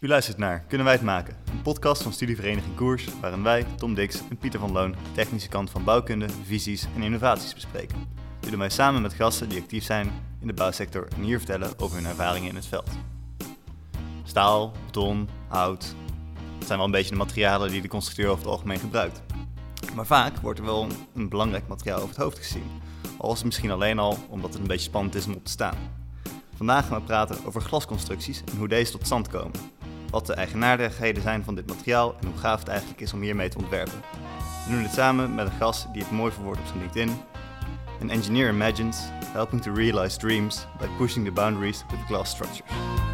U luistert naar Kunnen wij het maken? Een podcast van Studievereniging Koers, waarin wij, Tom Dix en Pieter van Loon, de technische kant van bouwkunde, visies en innovaties bespreken. Dit doen wij samen met gasten die actief zijn in de bouwsector en hier vertellen over hun ervaringen in het veld. Staal, beton, hout, dat zijn wel een beetje de materialen die de constructeur over het algemeen gebruikt. Maar vaak wordt er wel een belangrijk materiaal over het hoofd gezien, al is het misschien alleen al omdat het een beetje spannend is om op te staan. Vandaag gaan we praten over glasconstructies en hoe deze tot stand komen. Wat de eigenaardigheden zijn van dit materiaal en hoe gaaf het eigenlijk is om hiermee te ontwerpen. We doen dit samen met een gast die het mooi verwoordt op zijn LinkedIn. An engineer imagines, helping to realize dreams by pushing the boundaries with glass structures.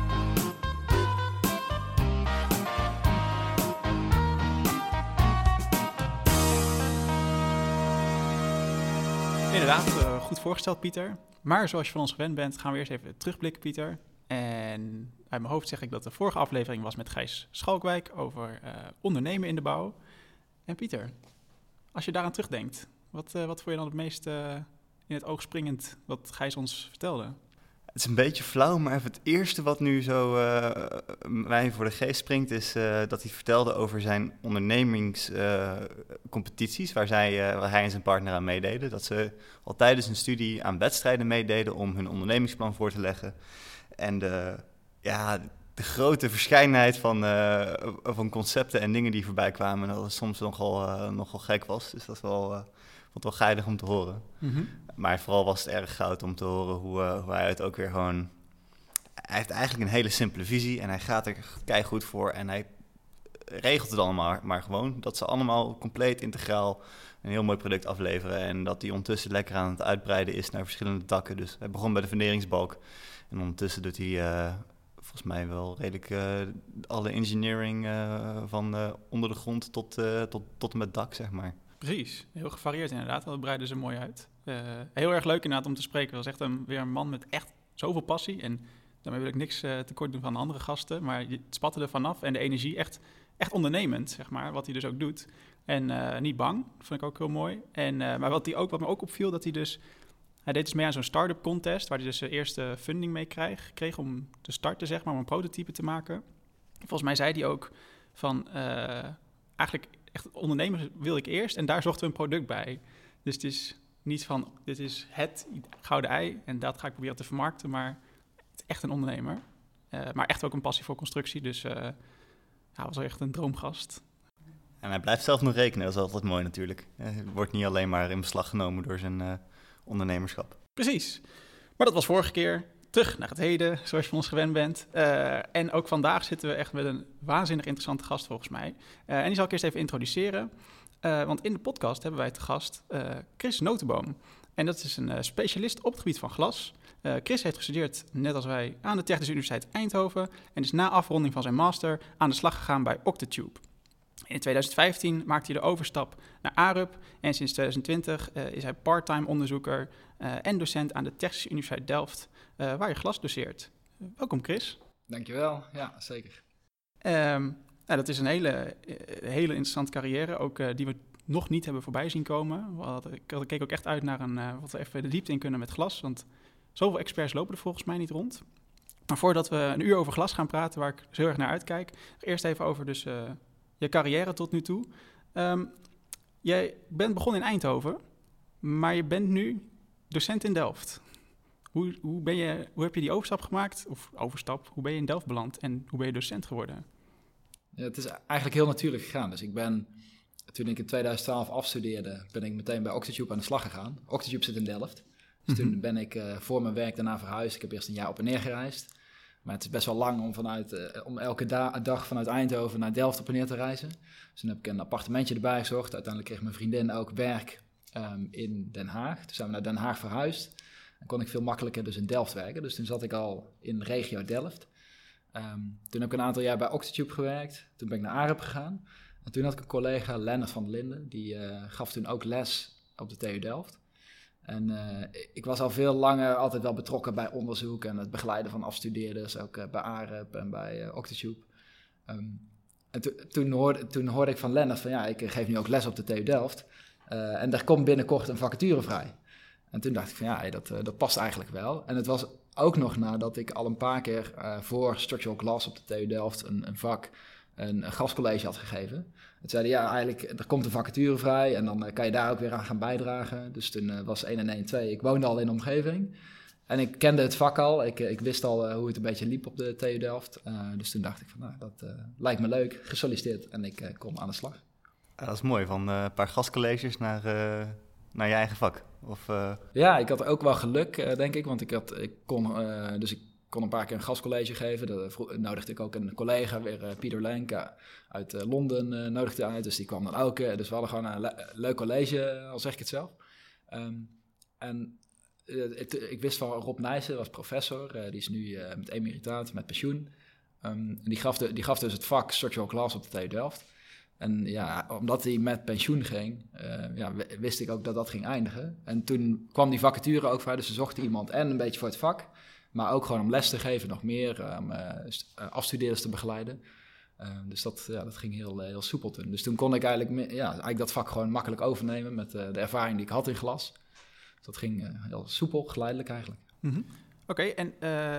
Inderdaad, goed voorgesteld, Pieter. Maar zoals je van ons gewend bent, gaan we eerst even terugblikken, Pieter. En uit mijn hoofd zeg ik dat de vorige aflevering was met Gijs Schalkwijk over ondernemen in de bouw. En Pieter, als je daaraan terugdenkt, wat vond je dan het meest in het oog springend wat Gijs ons vertelde? Het is een beetje flauw, maar even het eerste wat nu zo mij voor de geest springt is dat hij vertelde over zijn ondernemingscompetities waar hij en zijn partner aan meededen. Dat ze al tijdens hun studie aan wedstrijden meededen om hun ondernemingsplan voor te leggen. En de grote verscheidenheid van concepten en dingen die voorbij kwamen, dat het soms nogal gek was. Dus dat is wel geinig om te horen. Mm-hmm. Maar vooral was het erg goud om te horen hoe hij het ook weer gewoon... Hij heeft eigenlijk een hele simpele visie en hij gaat er keigoed voor en hij regelt het allemaal maar gewoon. Dat ze allemaal compleet integraal een heel mooi product afleveren en dat hij ondertussen lekker aan het uitbreiden is naar verschillende dakken. Dus hij begon bij de funderingsbalk en ondertussen doet hij volgens mij wel redelijk alle engineering van onder de grond tot en met dak, zeg maar. Precies, heel gevarieerd inderdaad. Dat breiden ze mooi uit. Heel erg leuk inderdaad om te spreken. Het was echt weer een man met echt zoveel passie. En daarmee wil ik niks tekort doen van andere gasten. Maar het spatte er vanaf en de energie echt ondernemend, zeg maar. Wat hij dus ook doet. En niet bang, dat vond ik ook heel mooi. Maar wat me ook opviel, dat hij dus... Hij deed dus mee aan zo'n start-up contest, waar hij dus zijn eerste funding mee kreeg om te starten, zeg maar, om een prototype te maken. Volgens mij zei hij ook van... eigenlijk echt ondernemer wil ik eerst en daar zochten we een product bij. Dus het is niet van, dit is het gouden ei en dat ga ik proberen te vermarkten, maar het is echt een ondernemer. Maar echt ook een passie voor constructie, dus hij was wel echt een droomgast. En hij blijft zelf nog rekenen, dat is altijd mooi natuurlijk. Hij wordt niet alleen maar in beslag genomen door zijn ondernemerschap. Precies, maar dat was vorige keer. Terug naar het heden, zoals je van ons gewend bent. En ook vandaag zitten we echt met een waanzinnig interessante gast volgens mij. En die zal ik eerst even introduceren. Want in de podcast hebben wij te gast Chris Notenboom. En dat is een specialist op het gebied van glas. Chris heeft gestudeerd, net als wij, aan de Technische Universiteit Eindhoven. En is na afronding van zijn master aan de slag gegaan bij Octotube. In 2015 maakte hij de overstap naar ARUP. En sinds 2020 is hij parttime onderzoeker en docent aan de Technische Universiteit Delft, waar je glas doseert. Welkom Chris. Dankjewel, ja zeker. Dat is een hele interessante carrière, ook die we nog niet hebben voorbij zien komen. Ik keek ook echt uit naar wat we even de diepte in kunnen met glas, want zoveel experts lopen er volgens mij niet rond. Maar voordat we een uur over glas gaan praten, waar ik dus heel erg naar uitkijk, eerst even over dus je carrière tot nu toe. Jij bent begonnen in Eindhoven, maar je bent nu docent in Delft. Hoe heb je die overstap gemaakt? Hoe ben je in Delft beland en hoe ben je docent geworden? Ja, het is eigenlijk heel natuurlijk gegaan. Dus toen ik in 2012 afstudeerde, ben ik meteen bij Octotube aan de slag gegaan. Octotube zit in Delft. Dus toen ben ik voor mijn werk daarna verhuisd. Ik heb eerst een jaar op en neer gereisd. Maar het is best wel lang om elke dag vanuit Eindhoven naar Delft op en neer te reizen. Dus toen heb ik een appartementje erbij gezocht. Uiteindelijk kreeg mijn vriendin ook werk in Den Haag. Toen zijn we naar Den Haag verhuisd. Dan kon ik veel makkelijker dus in Delft werken. Dus toen zat ik al in de regio Delft. Toen heb ik een aantal jaar bij Octotube gewerkt. Toen ben ik naar ARUP gegaan. En toen had ik een collega, Lennart van der Linden. Die gaf toen ook les op de TU Delft. En ik was al veel langer altijd wel betrokken bij onderzoek en het begeleiden van afstudeerders, ook bij ARUP en bij Octotube. En toen hoorde ik van Lennart van ik geef nu ook les op de TU Delft. En daar komt binnenkort een vacature vrij. En toen dacht ik van dat past eigenlijk wel. En het was ook nog nadat ik al een paar keer voor Structural Glass op de TU Delft een vak, een gastcollege had gegeven. Het zeiden, ja, eigenlijk, er komt een vacature vrij en dan kan je daar ook weer aan gaan bijdragen. Dus toen was 1 en 1 2. Ik woonde al in de omgeving en ik kende het vak al. Ik wist al hoe het een beetje liep op de TU Delft. Dus toen dacht ik van, nou, dat lijkt me leuk. Gesolliciteerd en ik kom aan de slag. Dat is mooi, van een paar gastcolleges naar je eigen vak. Ja, ik had ook wel geluk, denk ik, want ik kon een paar keer een gastcollege geven. Dat nodigde ik ook een collega, weer Pieter Lenk uit Londen, nodigde uit. Dus die kwam dan ook. Dus we hadden gewoon een leuk college, al zeg ik het zelf. Ik wist van Rob Nijssen, was professor. Die is nu met emeritaat, met pensioen. Die gaf dus het vak Structural Glass op de TU Delft. En ja, omdat hij met pensioen ging, wist ik ook dat dat ging eindigen. En toen kwam die vacature ook vrij, dus ze zochten iemand en een beetje voor het vak, maar ook gewoon om les te geven, nog meer, om afstudeerders te begeleiden. Dus dat ging heel soepel toen. Dus toen kon ik eigenlijk dat vak gewoon makkelijk overnemen met de ervaring die ik had in glas. Dus dat ging heel soepel, geleidelijk eigenlijk. Mm-hmm. Oké, en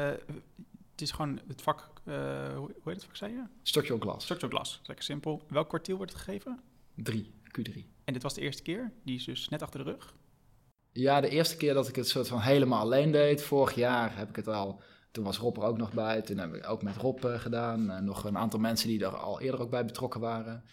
het is gewoon het vak, hoe heet het vak, zei je? Structural Glass. Structural Glass, lekker simpel. Welk kwartiel wordt het gegeven? Q3. En dit was de eerste keer? Die is dus net achter de rug? Ja, de eerste keer dat ik het soort van helemaal alleen deed. Vorig jaar heb ik het al. Toen was Rob er ook nog bij. Toen heb ik ook met Rob gedaan. Nog een aantal mensen die er al eerder ook bij betrokken waren.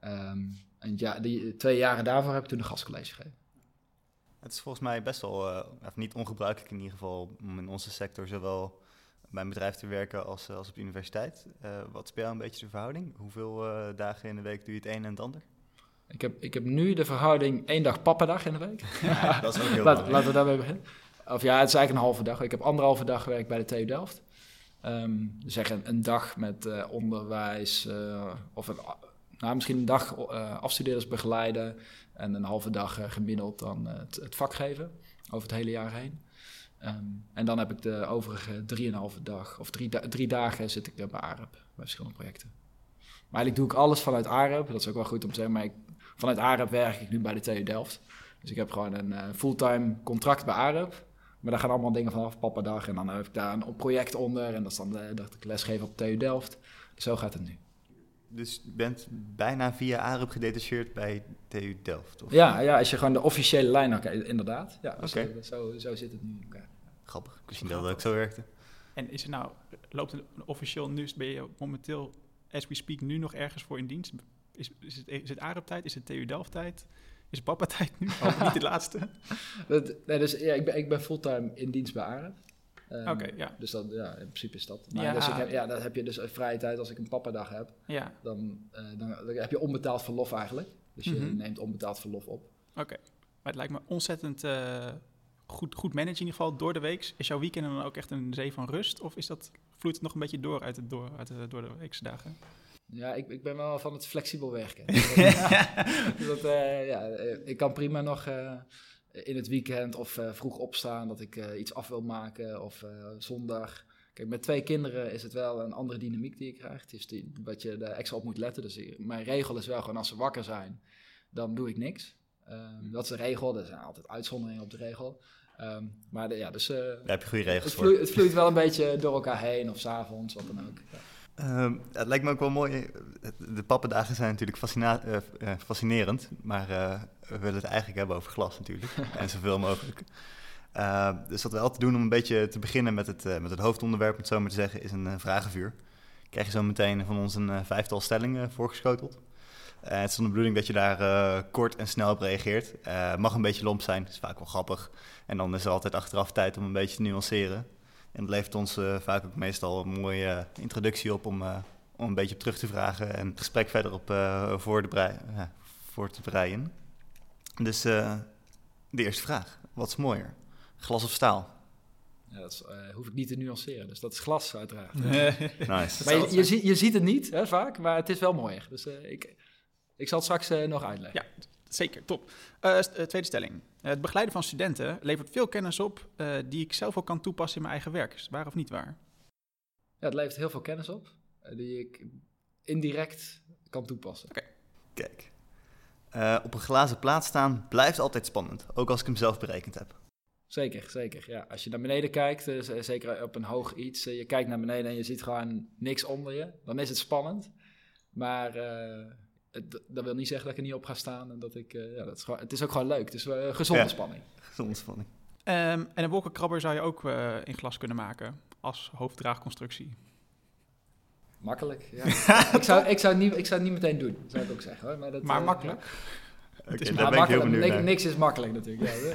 En ja, die 2 jaren daarvoor heb ik toen een gastcollege gegeven. Het is volgens mij best wel niet ongebruikelijk in ieder geval om in onze sector zowel bij een bedrijf te werken als op de universiteit. Wat is bij jou een beetje de verhouding? Hoeveel dagen in de week doe je het een en het ander? Ik heb nu de verhouding 1 dag pappendag in de week. Ja, dat is ook heel belangrijk. Laten we daarmee beginnen. Of ja, het is eigenlijk een halve dag. Ik heb 1,5 dag gewerkt bij de TU Delft. Dus een dag met onderwijs misschien een dag afstudeerders begeleiden en een halve dag gemiddeld dan het vak geven over het hele jaar heen. En dan heb ik de overige 3,5 dag of 3 dagen zit ik bij AREP, bij verschillende projecten. Maar eigenlijk doe ik alles vanuit AREP, dat is ook wel goed om te zeggen, maar vanuit AREP werk ik nu bij de TU Delft. Dus ik heb gewoon een fulltime contract bij AREP, maar daar gaan allemaal dingen vanaf, pappendag, en dan heb ik daar een project onder en dat is dan dat ik lesgeef op de TU Delft. Dus zo gaat het nu. Dus je bent bijna via AREP gedetacheerd bij TU Delft? Of? Ja, als je gewoon de officiële lijn, inderdaad. Ja, okay. Zo zit het nu in elkaar. Grappig, ik wist niet dat het ook zo werkte. En is het loopt het officieel nu, ben je momenteel, as we speak, nu nog ergens voor in dienst? Is het AREP-tijd? Is het TU Delft-tijd? Is het papa-tijd nu? Of niet de laatste? Ik ben fulltime in dienst bij AREP. Ja. Dus dat, in principe is dat. Maar dus dan heb je dus vrije tijd als ik een papadag heb. Ja. Dan heb je onbetaald verlof eigenlijk. Dus je neemt onbetaald verlof op. Oké. Maar het lijkt me ontzettend goed managen in ieder geval door de week. Is jouw weekend dan ook echt een zee van rust? Of vloeit het nog een beetje door uit door de weekse dagen? Ja, ik ben wel van het flexibel werken. Ik kan prima nog in het weekend of vroeg opstaan dat ik iets af wil maken of zondag. Kijk, met 2 kinderen is het wel een andere dynamiek die je krijgt. Dus wat je er extra op moet letten. Dus mijn regel is wel gewoon als ze wakker zijn, dan doe ik niks. Dat is de regel. Er zijn altijd uitzonderingen op de regel. Daar heb je goede regels voor. Het vloeit wel een beetje door elkaar heen of 's avonds, wat dan ook. Ja. Het lijkt me ook wel mooi. De pappendagen zijn natuurlijk fascinerend, maar we willen het eigenlijk hebben over glas natuurlijk. En zoveel mogelijk. Dus wat we altijd doen om een beetje te beginnen met het hoofdonderwerp, om het zo maar te zeggen, is een vragenvuur. Krijg je zo meteen van ons een 5-tal stellingen voorgeschoteld. Het is dan de bedoeling dat je daar kort en snel op reageert. Mag een beetje lomp zijn, is vaak wel grappig. En dan is er altijd achteraf tijd om een beetje te nuanceren. En dat levert ons vaak ook meestal een mooie introductie op om een beetje op terug te vragen en het gesprek verder op voor te breien. Dus de eerste vraag, wat is mooier? Glas of staal? Ja, dat hoef ik niet te nuanceren, dus dat is glas uiteraard. Nice. Maar je ziet het niet, hè, vaak, maar het is wel mooier. Dus ik zal het straks nog uitleggen. Ja, zeker, top. Tweede stelling. Het begeleiden van studenten levert veel kennis op die ik zelf ook kan toepassen in mijn eigen werk. Is het waar of niet waar? Ja, het levert heel veel kennis op die ik indirect kan toepassen. Okay. Kijk, op een glazen plaat staan blijft altijd spannend, ook als ik hem zelf berekend heb. Zeker. Ja. Als je naar beneden kijkt, zeker op een hoog iets, je kijkt naar beneden en je ziet gewoon niks onder je, dan is het spannend. Maar dat wil niet zeggen dat ik er niet op ga staan. En dat het is ook gewoon leuk. Het is gezonde spanning. Gezonde spanning. En een wolkenkrabber zou je ook in glas kunnen maken als hoofddraagconstructie. Makkelijk, ja. ik zou het niet meteen doen, zou ik ook zeggen. Hoor. Maar makkelijk. Oké, daar ben ik heel benieuwd naar. Niks is makkelijk natuurlijk.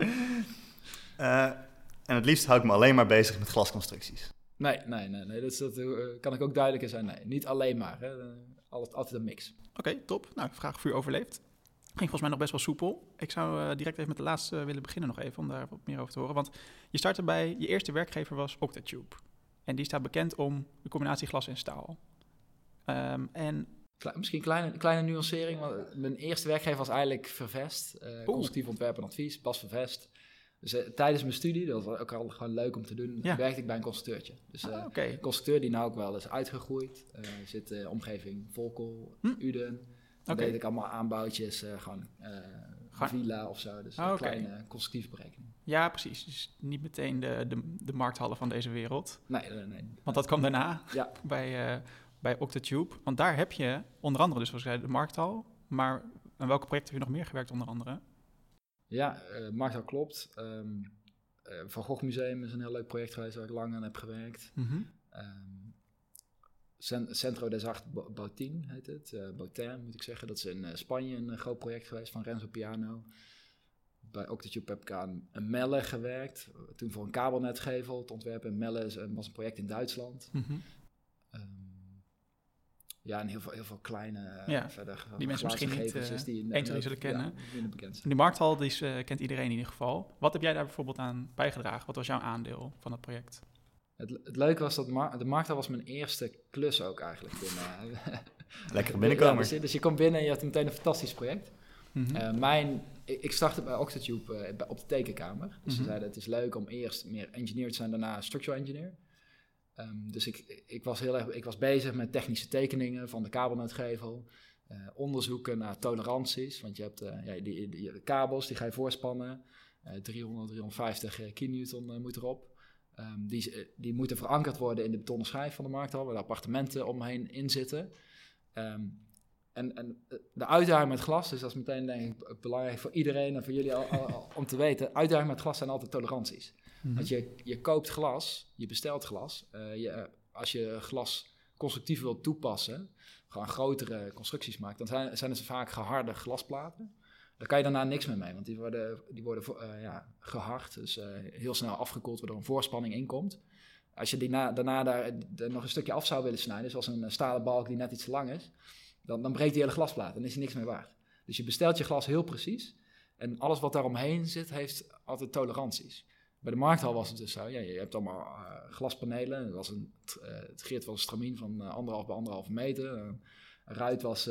Ja, en het liefst hou ik me alleen maar bezig met glasconstructies. Nee. Dat kan ik ook duidelijker zijn. Nee, niet alleen maar. Hè. Altijd een mix. Oké, top. Nou, vraag voor u overleefd. Ging volgens mij nog best wel soepel. Ik zou direct even met de laatste willen beginnen nog even, om daar wat meer over te horen. Want je startte bij, je eerste werkgever was Octatube. En die staat bekend om de combinatie glas en staal. Misschien een kleine nuancering. Want mijn eerste werkgever was eigenlijk Vervest. Constructief ontwerp en advies, Bas Vervest. Dus tijdens mijn studie, dat was ook al gewoon leuk om te doen, werkte ik bij een constructeurtje. Dus een constructeur die nou ook wel is uitgegroeid. Zit in de omgeving Volkel, Uden. Dan deed ik allemaal aanbouwtjes, gewoon villa of zo. Dus kleine constructieve berekening. Ja, precies. Dus niet meteen de markthallen van deze wereld. Nee. Want dat kwam daarna bij Octatube. Want daar heb je onder andere, dus zoals ik zei, de markthal. Maar aan welke projecten heb je nog meer gewerkt onder andere? Ja, markthal klopt. Van Gogh Museum is een heel leuk project geweest waar ik lang aan heb gewerkt. Mm-hmm. Centro des Arts Bautin heet het. Bautin moet ik zeggen. Dat is in Spanje een groot project geweest van Renzo Piano. Bij Octatube heb ik aan een Melle gewerkt. Toen voor een kabelnetgevel. Het ontwerpen in Melle was een project in Duitsland. Mm-hmm. En heel veel kleine verder. Die mensen misschien niet 1, 2 zullen kennen. Minder bekend zijn. Die markthal kent iedereen in ieder geval. Wat heb jij daar bijvoorbeeld aan bijgedragen? Wat was jouw aandeel van het project? Het leuke was dat de markthal was mijn eerste klus ook eigenlijk. Lekker binnenkomen. Dus je komt binnen en je hebt meteen een fantastisch project. Mm-hmm. Ik startte bij Octatube op de tekenkamer. Dus ze zeiden het is leuk om eerst meer engineer te zijn, daarna structural engineer. Dus ik was bezig met technische tekeningen van de kabelnetgevel. Onderzoeken naar toleranties. Want je hebt de kabels, die ga je voorspannen. 350 kilonewton moet erop. Die moeten verankerd worden in de betonnen schijf van de markthal, waar de appartementen omheen in zitten. En de uitdaging met glas, dus dat is meteen denk ik belangrijk voor iedereen en voor jullie om te weten. Uitdaging met glas zijn altijd toleranties. Mm-hmm. Want je koopt glas, je bestelt glas. Als je glas constructief wilt toepassen, gewoon grotere constructies maakt, dan zijn het vaak geharde glasplaten. Daar kan je daarna niks meer mee, want die worden gehard, dus heel snel afgekoeld, waardoor een voorspanning inkomt. Als je daarna daar nog een stukje af zou willen snijden, zoals een stalen balk die net iets te lang is, dan breekt die hele glasplaat, dan is die niks meer waard. Dus je bestelt je glas heel precies en alles wat daaromheen zit, heeft altijd toleranties. Bij de markthal was het dus zo, je hebt allemaal glaspanelen. Het Geert was een stramien van 1,5 bij 1,5 meter. Een ruit was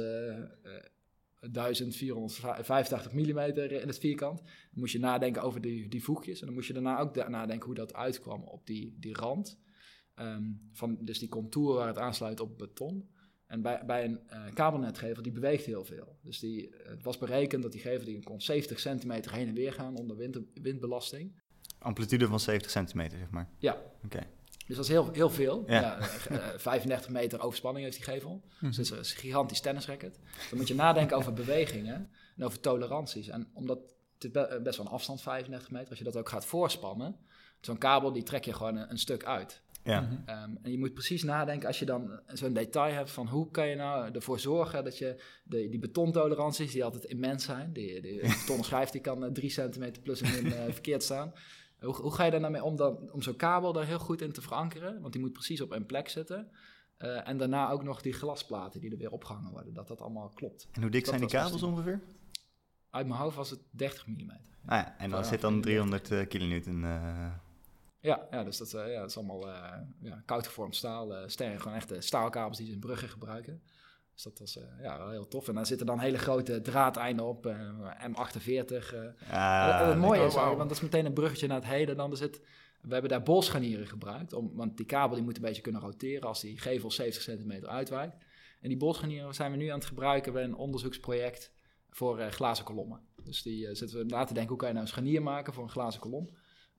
1485 mm in het vierkant. Dan moest je nadenken over die voegjes. En dan moest je daarna ook nadenken hoe dat uitkwam op die rand. Dus die contour waar het aansluit op beton. En bij een kabelnetgevel, die beweegt heel veel. Dus het was berekend dat die gevel die kon 70 centimeter heen en weer gaan onder windbelasting. Amplitude van 70 centimeter, zeg maar. Ja. Okay. Dus dat is heel, heel veel. Ja. 35 meter overspanning heeft die gevel. Dus dat is een gigantisch tennisracket. Dan moet je nadenken over bewegingen en over toleranties. En omdat het is best wel een afstand, 35 meter. Als je dat ook gaat voorspannen, zo'n kabel die trek je gewoon een stuk uit. Ja. En je moet precies nadenken als je dan zo'n detail hebt van hoe kan je nou ervoor zorgen dat je die betontoleranties die altijd immens zijn. Die betonnen schijf die kan 3 centimeter plus en min verkeerd staan. Hoe ga je daar nou mee om zo'n kabel daar heel goed in te verankeren? Want die moet precies op een plek zitten. En daarna ook nog die glasplaten die er weer opgehangen worden. Dat allemaal klopt. En hoe dik zijn die kabels ongeveer? Uit mijn hoofd was het 30 mm. En dan zit dan 300 kilonewton... Ja, dus dat is allemaal koudgevormd staal. Sterren, gewoon echte staalkabels die ze in bruggen gebruiken. Dus dat was wel heel tof. En daar zitten dan hele grote draadeinden op, M48. Het mooie is, want dat is meteen een bruggetje naar het heden. We hebben daar bolscharnieren gebruikt, want die kabel die moet een beetje kunnen roteren als die gevel 70 centimeter uitwijkt. En die bolscharnieren zijn we nu aan het gebruiken bij een onderzoeksproject voor glazen kolommen. Dus die zitten we na te denken, hoe kan je nou een scharnier maken voor een glazen kolom?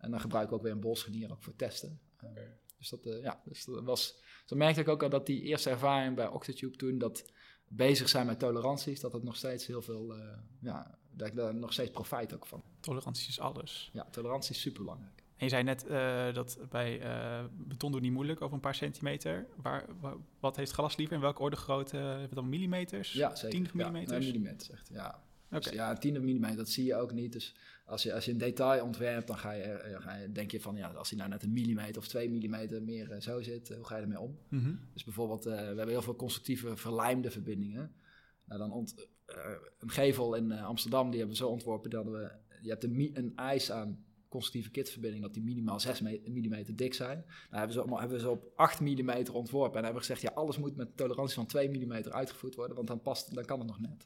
En dan gebruik ik ook weer een bolscharnier ook voor testen. Dus dat was... Zo merkte ik ook al dat die eerste ervaring bij Octitube toen, dat bezig zijn met toleranties, dat het nog steeds heel veel... dat ik daar nog steeds profijt ook van. Tolerantie is alles. Ja, tolerantie is super belangrijk. En je zei net dat bij beton doen niet moeilijk, over een paar centimeter. Wat heeft glas liever? In welke orde grootte? Hebben we dan millimeters? Ja, zeker. 10 millimeters? Ja, millimeters echt, ja. Okay. Dus ja, 10 millimeter, dat zie je ook niet. Dus als je een detail ontwerpt, dan denk je van, als hij nou net 1 millimeter of 2 millimeter meer zo zit, hoe ga je ermee om? Mm-hmm. Dus bijvoorbeeld, we hebben heel veel constructieve verlijmde verbindingen. Nou, dan een gevel in Amsterdam, die hebben we zo ontworpen dat je hebt een eis aan constructieve kitverbinding, dat die minimaal 6 mm dik zijn. Nou, hebben we ze op 8 mm ontworpen en hebben we gezegd, alles moet met tolerantie van 2 mm uitgevoerd worden, want dan kan het nog net.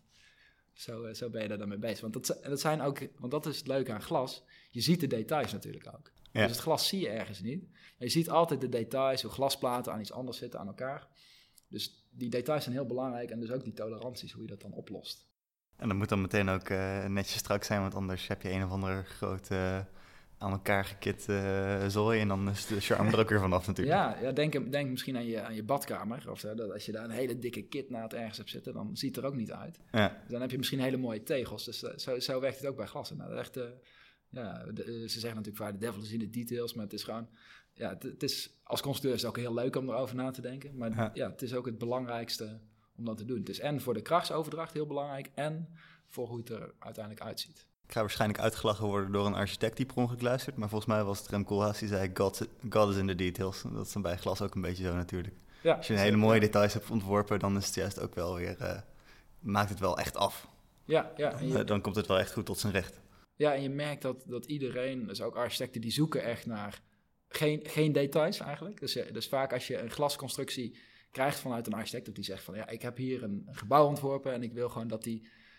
Zo ben je daar dan mee bezig. Want dat is het leuke aan glas. Je ziet de details natuurlijk ook. Ja. Dus het glas zie je ergens niet. Maar je ziet altijd de details, hoe glasplaten aan iets anders zitten aan elkaar. Dus die details zijn heel belangrijk en dus ook die toleranties, hoe je dat dan oplost. En dat moet dan meteen ook netjes strak zijn, want anders heb je een of andere grote aan elkaar gekit zooi en dan is de charme er ook weer vanaf natuurlijk. Ja, denk misschien aan je badkamer. Of dat als je daar een hele dikke kitnaad ergens hebt zitten, dan ziet het er ook niet uit. Ja. Dus dan heb je misschien hele mooie tegels. Dus zo werkt het ook bij glas. En nou, echt, ze zeggen natuurlijk vaak, de devil is in de details, maar het is gewoon... Ja, het is, als constructeur is het ook heel leuk om erover na te denken. Maar het is ook het belangrijkste om dat te doen. Het is en voor de krachtsoverdracht heel belangrijk en voor hoe het er uiteindelijk uitziet. Ik ga waarschijnlijk uitgelachen worden door een architect die per ongeluk luistert. Maar volgens mij was het Rem Koolhaas die zei, God is in the details. Dat is dan bij glas ook een beetje zo natuurlijk. Ja, als je een hele mooie details hebt ontworpen, dan is het juist ook wel weer... maakt het wel echt af. Dan komt het wel echt goed tot zijn recht. Ja, en je merkt dat iedereen, dus ook architecten, die zoeken echt naar geen details eigenlijk. Dus vaak als je een glasconstructie krijgt vanuit een architect, of die zegt van, ik heb hier een gebouw ontworpen en ik wil gewoon dat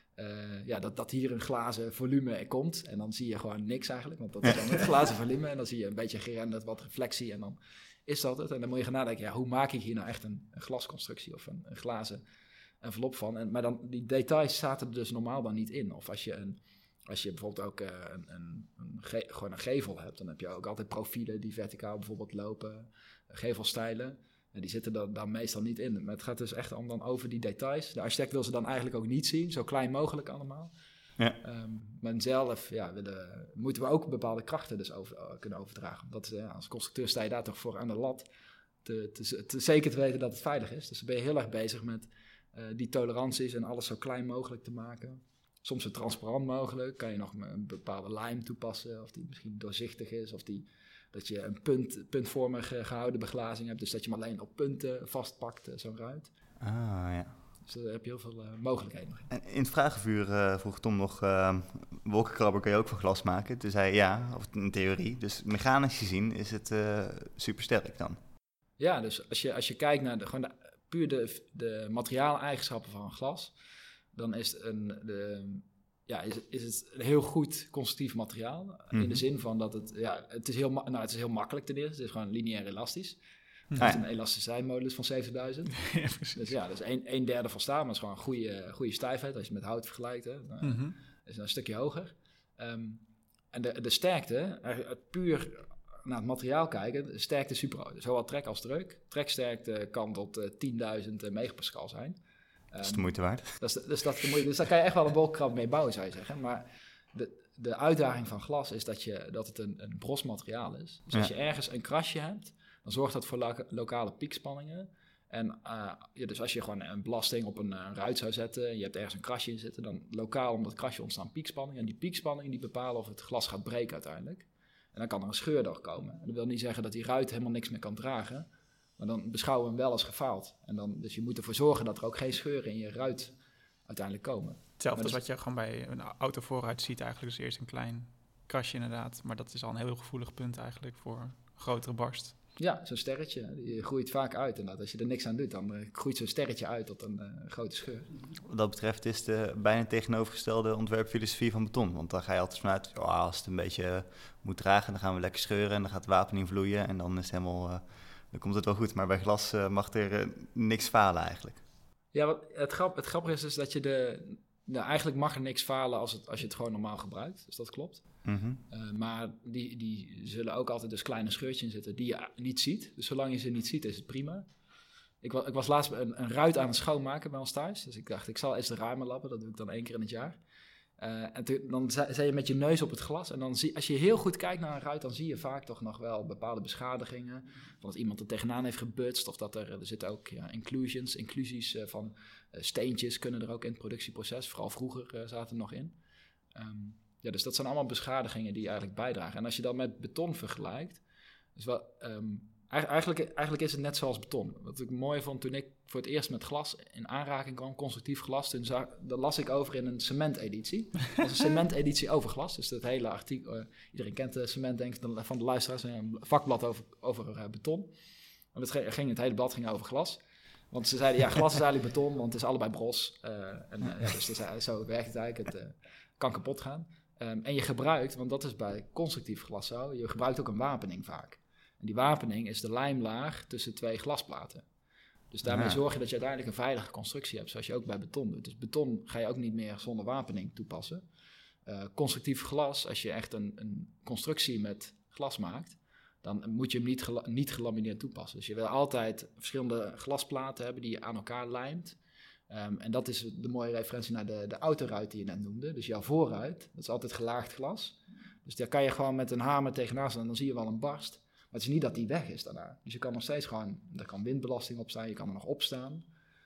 dat hier een glazen volume komt. En dan zie je gewoon niks eigenlijk, want dat is dan het glazen volume. En dan zie je een beetje gerenderd, wat reflectie en dan is dat het. En dan moet je gaan nadenken, hoe maak ik hier nou echt een glasconstructie of een glazen envelop van? Maar dan die details zaten er dus normaal dan niet in. Of als je bijvoorbeeld ook gewoon een gevel hebt, dan heb je ook altijd profielen die verticaal bijvoorbeeld lopen, gevelstijlen. En die zitten er dan meestal niet in. Maar het gaat dus echt om dan over die details. De architect wil ze dan eigenlijk ook niet zien, zo klein mogelijk allemaal. Ja. Maar zelf moeten we ook bepaalde krachten dus kunnen overdragen. Als constructeur sta je daar toch voor aan de lat, zeker te weten dat het veilig is. Dus dan ben je heel erg bezig met die toleranties en alles zo klein mogelijk te maken. Soms zo transparant mogelijk. Kan je nog een bepaalde lijm toepassen, of die misschien doorzichtig is, of dat je een puntvormig gehouden beglazing hebt, dus dat je hem alleen op punten vastpakt, zo'n ruit. Ja. Dus daar heb je heel veel mogelijkheden. En in het vragenvuur vroeg Tom nog, wolkenkrabber kan je ook van glas maken? Toen zei ja, of in theorie. Dus mechanisch gezien is het super sterk dan. Ja, dus als je kijkt naar puur de materiaaleigenschappen van glas, dan is het een heel goed constructief materiaal. Mm-hmm. In de zin van dat het is heel makkelijk ten eerste. Het is gewoon lineair elastisch. Het heeft een elasticiteitsmodulus van 7000. Ja, precies. Dus 1/3 van staal, maar het is gewoon een goede stijfheid. Als je het met hout vergelijkt, is het een stukje hoger. En de sterkte, puur naar het materiaal kijken, de sterkte is super. Zowel trek als druk. Treksterkte kan tot 10.000 megapascal zijn. Dat is de moeite waard. Dus daar kan je echt wel een wolkenkrabber mee bouwen, zou je zeggen. Maar de uitdaging van glas is dat het een bros materiaal is. Dus als je ergens een krasje hebt, dan zorgt dat voor lokale piekspanningen. En dus als je gewoon een belasting op een ruit zou zetten en je hebt ergens een krasje in zitten, dan lokaal om dat krasje ontstaan piekspanningen. En die piekspanningen die bepalen of het glas gaat breken uiteindelijk. En dan kan er een scheur doorkomen. En dat wil niet zeggen dat die ruit helemaal niks meer kan dragen. Maar dan beschouwen we hem wel als gefaald. Dus je moet ervoor zorgen dat er ook geen scheuren in je ruit uiteindelijk komen. Hetzelfde als wat je gewoon bij een auto vooruit ziet eigenlijk. Dus eerst een klein krasje inderdaad. Maar dat is al een heel gevoelig punt eigenlijk voor een grotere barst. Ja, zo'n sterretje. Die groeit vaak uit. En als je er niks aan doet, dan groeit zo'n sterretje uit tot een grote scheur. Wat dat betreft is de bijna tegenovergestelde ontwerpfilosofie van beton. Want dan ga je altijd vanuit, als het een beetje moet dragen, dan gaan we lekker scheuren en dan gaat het wapen in vloeien. En dan is het helemaal... dan komt het wel goed, maar bij glas mag er niks falen eigenlijk. Ja, het grappige is dus dat je Nou, eigenlijk mag er niks falen als je het gewoon normaal gebruikt. Dus dat klopt. Maar die zullen ook altijd dus kleine scheurtjes in zitten die je niet ziet. Dus zolang je ze niet ziet, is het prima. Ik was laatst een ruit aan het schoonmaken bij ons thuis. Dus ik dacht, ik zal eens de ruimen lappen. Dat doe ik dan 1 keer in het jaar. Dan zei je met je neus op het glas. En dan als je heel goed kijkt naar een ruit, dan zie je vaak toch nog wel bepaalde beschadigingen. Van dat iemand er tegenaan heeft gebutst. Of dat er zitten ook inclusies van steentjes kunnen er ook in het productieproces. Vooral vroeger zaten er nog in. Dus dat zijn allemaal beschadigingen die eigenlijk bijdragen. En als je dat met beton vergelijkt, is wel... Eigenlijk is het net zoals beton. Wat ik mooi vond toen ik voor het eerst met glas in aanraking kwam, constructief glas, daar las ik over in een cementeditie. Dat was een cementeditie over glas. Dus dat hele artikel, iedereen kent de cement, denk ik, van de luisteraars, een vakblad over beton. En het hele blad ging over glas. Want ze zeiden, ja, glas is eigenlijk beton, want het is allebei bros. Dus zo werkt het eigenlijk. Het kan kapot gaan. En je gebruikt, want dat is bij constructief glas zo, je gebruikt ook een wapening vaak. En die wapening is de lijmlaag tussen 2 glasplaten. Dus daarmee zorg je dat je uiteindelijk een veilige constructie hebt, zoals je ook bij beton doet. Dus beton ga je ook niet meer zonder wapening toepassen. Constructief glas, als je echt een constructie met glas maakt, dan moet je hem niet gelamineerd toepassen. Dus je wil altijd verschillende glasplaten hebben die je aan elkaar lijmt. En dat is de mooie referentie naar de autoruit die je net noemde. Dus jouw voorruit, dat is altijd gelaagd glas. Dus daar kan je gewoon met een hamer tegenaan staan en dan zie je wel een barst. Maar het is niet dat die weg is daarna. Dus je kan nog steeds gewoon, er kan windbelasting op staan, je kan er nog op staan.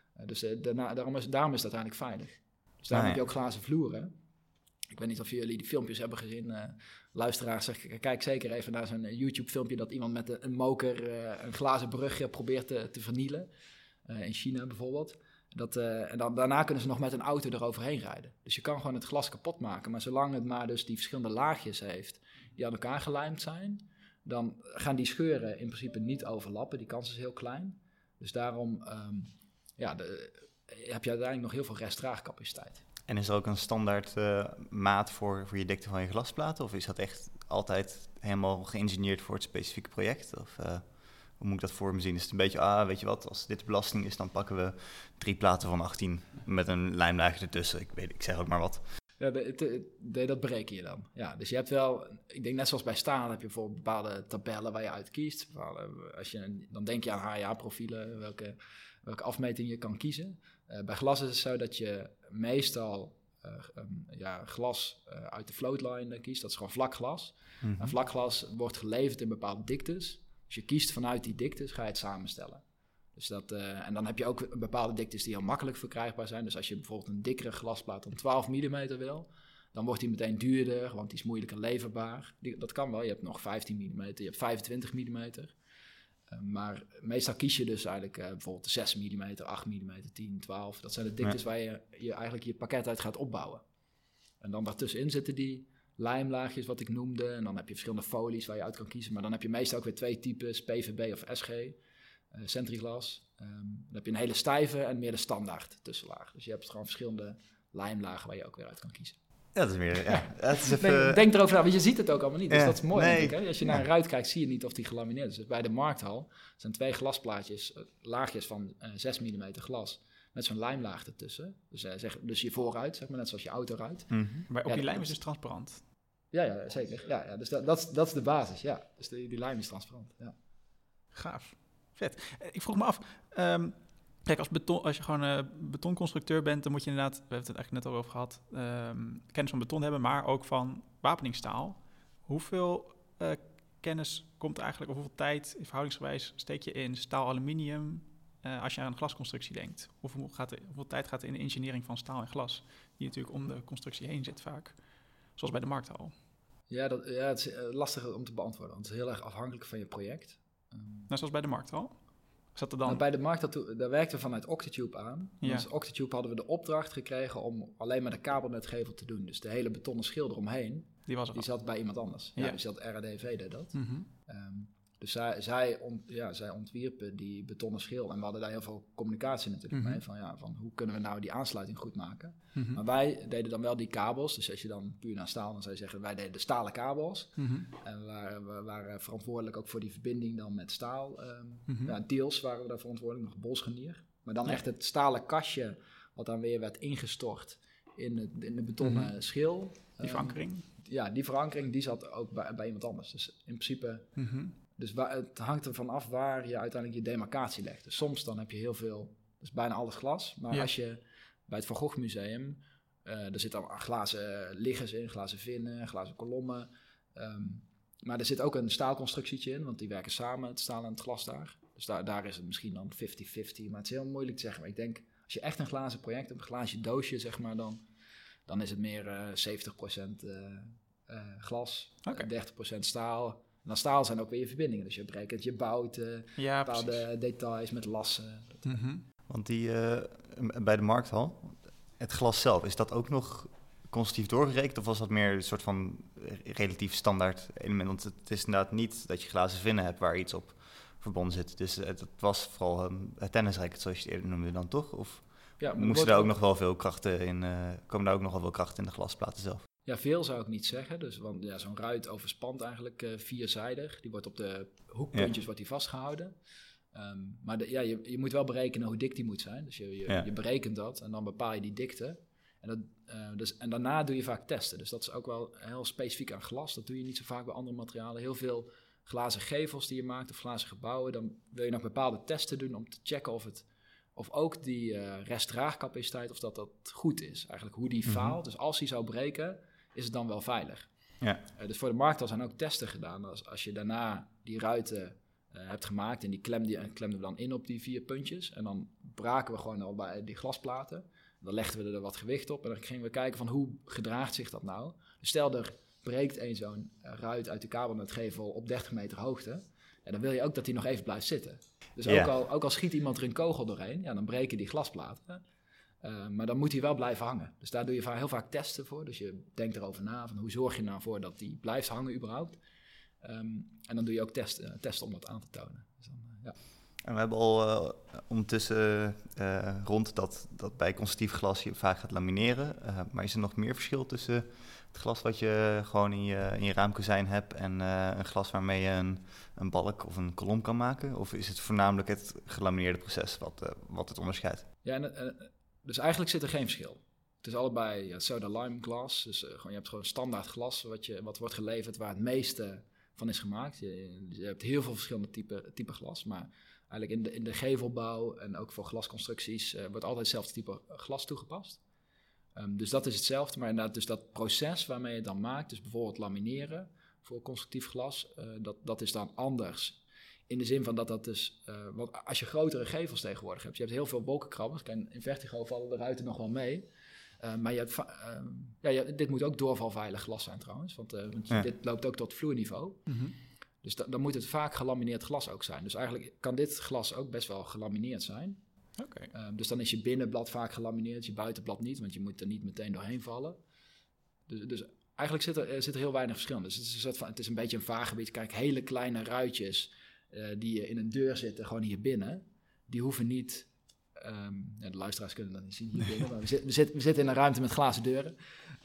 Daarom is het uiteindelijk veilig. Dus daarom heb je ook glazen vloeren. Ik weet niet of jullie die filmpjes hebben gezien. Luisteraars, kijk zeker even naar zo'n YouTube-filmpje dat iemand met een moker een glazen brugje probeert te vernielen. In China bijvoorbeeld. En dan, daarna kunnen ze nog met een auto eroverheen rijden. Dus je kan gewoon het glas kapot maken. Maar zolang het maar dus die verschillende laagjes heeft die aan elkaar gelijmd zijn, dan gaan die scheuren in principe niet overlappen. Die kans is heel klein. Dus daarom heb je uiteindelijk nog heel veel restdraagcapaciteit. En is er ook een standaard maat voor je dikte van je glasplaten? Of is dat echt altijd helemaal geïngineerd voor het specifieke project? Of hoe moet ik dat voor me zien? Is het een beetje, weet je wat, als dit de belasting is, dan pakken we 3 platen van 18 met een lijmlaagje ertussen. Ik zeg ook maar wat. Ja, dat bereken je dan. Ja, dus je hebt wel, ik denk net zoals bij staal heb je bijvoorbeeld bepaalde tabellen waar je uit kiest. Dan denk je aan HIA-profielen, welke afmeting je kan kiezen. Bij glas is het zo dat je meestal glas uit de floatline kiest. Dat is gewoon vlak glas. Mm-hmm. En vlak glas wordt geleverd in bepaalde diktes. Dus je kiest vanuit die diktes, ga je het samenstellen. Dus en dan heb je ook bepaalde diktes die heel makkelijk verkrijgbaar zijn. Dus als je bijvoorbeeld een dikkere glasplaat om 12 mm wil, dan wordt die meteen duurder, want die is moeilijker leverbaar. Dat kan wel, je hebt nog 15 mm, je hebt 25 mm. Maar meestal kies je dus eigenlijk bijvoorbeeld 6 mm, 8 mm, 10, 12. Dat zijn de diktes waar je eigenlijk je pakket uit gaat opbouwen. En dan daartussenin zitten die lijmlaagjes wat ik noemde. En dan heb je verschillende folies waar je uit kan kiezen. Maar dan heb je meestal ook weer 2 types, PVB of SG. Centriglas. Dan heb je een hele stijve en meer de standaard tussenlaag. Dus je hebt gewoon verschillende lijmlagen waar je ook weer uit kan kiezen. Ja, dat is meer, ja. Het is even... Denk erover na, want je ziet het ook allemaal niet. Dus dat is mooi, denk ik. Hè? Als je naar een ruit kijkt, zie je niet of die gelamineerd is. Dus bij de markthal zijn 2 glasplaatjes, laagjes van 6 mm glas, met zo'n lijmlaag ertussen. Dus je voorruit, zeg maar, net zoals je autoruit. Mm-hmm. Maar ook die lijm is dus transparant? Ja, zeker. Ja, dus dat is de basis, ja. Dus die lijm is transparant, ja. Gaaf. Vet. Ik vroeg me af, kijk, als je gewoon betonconstructeur bent, dan moet je inderdaad, we hebben het eigenlijk net al over gehad, kennis van beton hebben, maar ook van wapeningstaal. Hoeveel kennis komt er eigenlijk, of hoeveel tijd verhoudingsgewijs steek je in staal, aluminium, als je aan een glasconstructie denkt? Hoeveel tijd gaat er in de engineering van staal en glas, die natuurlijk om de constructie heen zit vaak, zoals bij de markthal? Ja, het is lastig om te beantwoorden, want het is heel erg afhankelijk van je project. Zoals bij de markthal? Zat er dan... Bij de markthal, daar werkten we vanuit Octitube aan. Ja. Dus Octitube hadden we de opdracht gekregen om alleen maar de kabelnetgevel te doen. Dus de hele betonnen schil eromheen, die zat bij iemand anders. Ja. Dus dat RADV deed dat. Mm-hmm. Dus zij ontwierpen die betonnen schil. En we hadden daar heel veel communicatie natuurlijk mee. Van hoe kunnen we nou die aansluiting goed maken. Mm-hmm. Maar wij deden dan wel die kabels. Dus als je dan puur naar staal, dan zou je zeggen, wij deden de stalen kabels. Mm-hmm. En we waren verantwoordelijk ook voor die verbinding dan met staal. Deels waren we daar verantwoordelijk, nog bolscharnier. Maar dan echt het stalen kastje, wat dan weer werd ingestort in de betonnen schil. Die verankering. Die verankering die zat ook bij iemand anders. Dus in principe... Dus het hangt ervan af waar je uiteindelijk je demarcatie legt. Dus soms dan heb je heel veel, dus bijna alles glas. Maar als je bij het Van Gogh Museum, er zitten al glazen liggers in, glazen vinnen, glazen kolommen. Maar er zit ook een staalconstructietje in, want die werken samen, het staal en het glas daar. Dus daar is het misschien dan 50-50, maar het is heel moeilijk te zeggen. Maar ik denk, als je echt een glazen project hebt, een glazen doosje zeg maar, dan is het meer 70% glas, 30% staal. En dan staal zijn ook weer je verbindingen. Dus je berekent, je bouwt bepaalde details met lassen. Want bij de markthal, het glas zelf, is dat ook nog constructief doorgerekend? Of was dat meer een soort van relatief standaard element? Want het is inderdaad niet dat je glazen vinnen hebt waar iets op verbonden zit. Dus het was vooral het tennisracket, zoals je het eerder noemde dan, toch? Of moesten daar ook nog wel veel krachten in, komen daar ook nog wel veel krachten in de glasplaten zelf? Ja, veel zou ik niet zeggen. Dus, want zo'n ruit overspant eigenlijk vierzijdig. Die wordt op de hoekpuntjes wordt die vastgehouden. Maar je moet wel berekenen hoe dik die moet zijn. Dus je berekent dat en dan bepaal je die dikte. En daarna doe je vaak testen. Dus dat is ook wel heel specifiek aan glas. Dat doe je niet zo vaak bij andere materialen. Heel veel glazen gevels die je maakt of glazen gebouwen. Dan wil je nog bepaalde testen doen om te checken of ook die restdraagcapaciteit, of dat goed is. Eigenlijk hoe die faalt. Dus als die zou breken, is het dan wel veilig. Ja. Dus voor de markthal zijn ook testen gedaan. Als je daarna die ruiten hebt gemaakt en die klemden we dan in op die 4 puntjes. En dan braken we gewoon al bij die glasplaten. Dan legden we er wat gewicht op en dan gingen we kijken van hoe gedraagt zich dat nou. Dus stel er breekt zo'n ruit uit de kabelnetgevel op 30 meter hoogte. En dan wil je ook dat die nog even blijft zitten. Dus ook al schiet iemand er een kogel doorheen, dan breken die glasplaten. Maar dan moet die wel blijven hangen. Dus daar doe je heel vaak testen voor. Dus je denkt erover na van hoe zorg je nou voor dat die blijft hangen überhaupt. En dan doe je ook testen om dat aan te tonen. Dus dan, En we hebben al ondertussen rond dat bij constructief glas je vaak gaat lamineren. Maar is er nog meer verschil tussen het glas wat je gewoon in je raamkozijn hebt en een glas waarmee je een balk of een kolom kan maken? Of is het voornamelijk het gelamineerde proces wat het onderscheidt? Ja, dus eigenlijk zit er geen verschil. Het is allebei soda lime glas. Dus je hebt gewoon standaard glas wat wordt geleverd waar het meeste van is gemaakt. Je hebt heel veel verschillende type glas, maar eigenlijk in de gevelbouw en ook voor glasconstructies wordt altijd hetzelfde type glas toegepast. Dus dat is hetzelfde, maar inderdaad dus dat proces waarmee je het dan maakt, dus bijvoorbeeld lamineren voor constructief glas, dat is dan anders. In de zin van dat dus, want als je grotere gevels tegenwoordig hebt, je hebt heel veel wolkenkrabbers, in vertigo vallen de ruiten nog wel mee. Maar dit moet ook doorvalveilig glas zijn trouwens, want dit loopt ook tot vloerniveau. Dus dan moet het vaak gelamineerd glas ook zijn. Dus eigenlijk kan dit glas ook best wel gelamineerd zijn. Dus dan is je binnenblad vaak gelamineerd, je buitenblad niet, want je moet er niet meteen doorheen vallen. Dus eigenlijk zit er heel weinig verschil in. Dus het is een beetje een vaag gebied. Kijk, hele kleine ruitjes die in een deur zitten, gewoon hier binnen, die hoeven niet... de luisteraars kunnen dat niet zien hier binnen, maar we zitten in een ruimte met glazen deuren.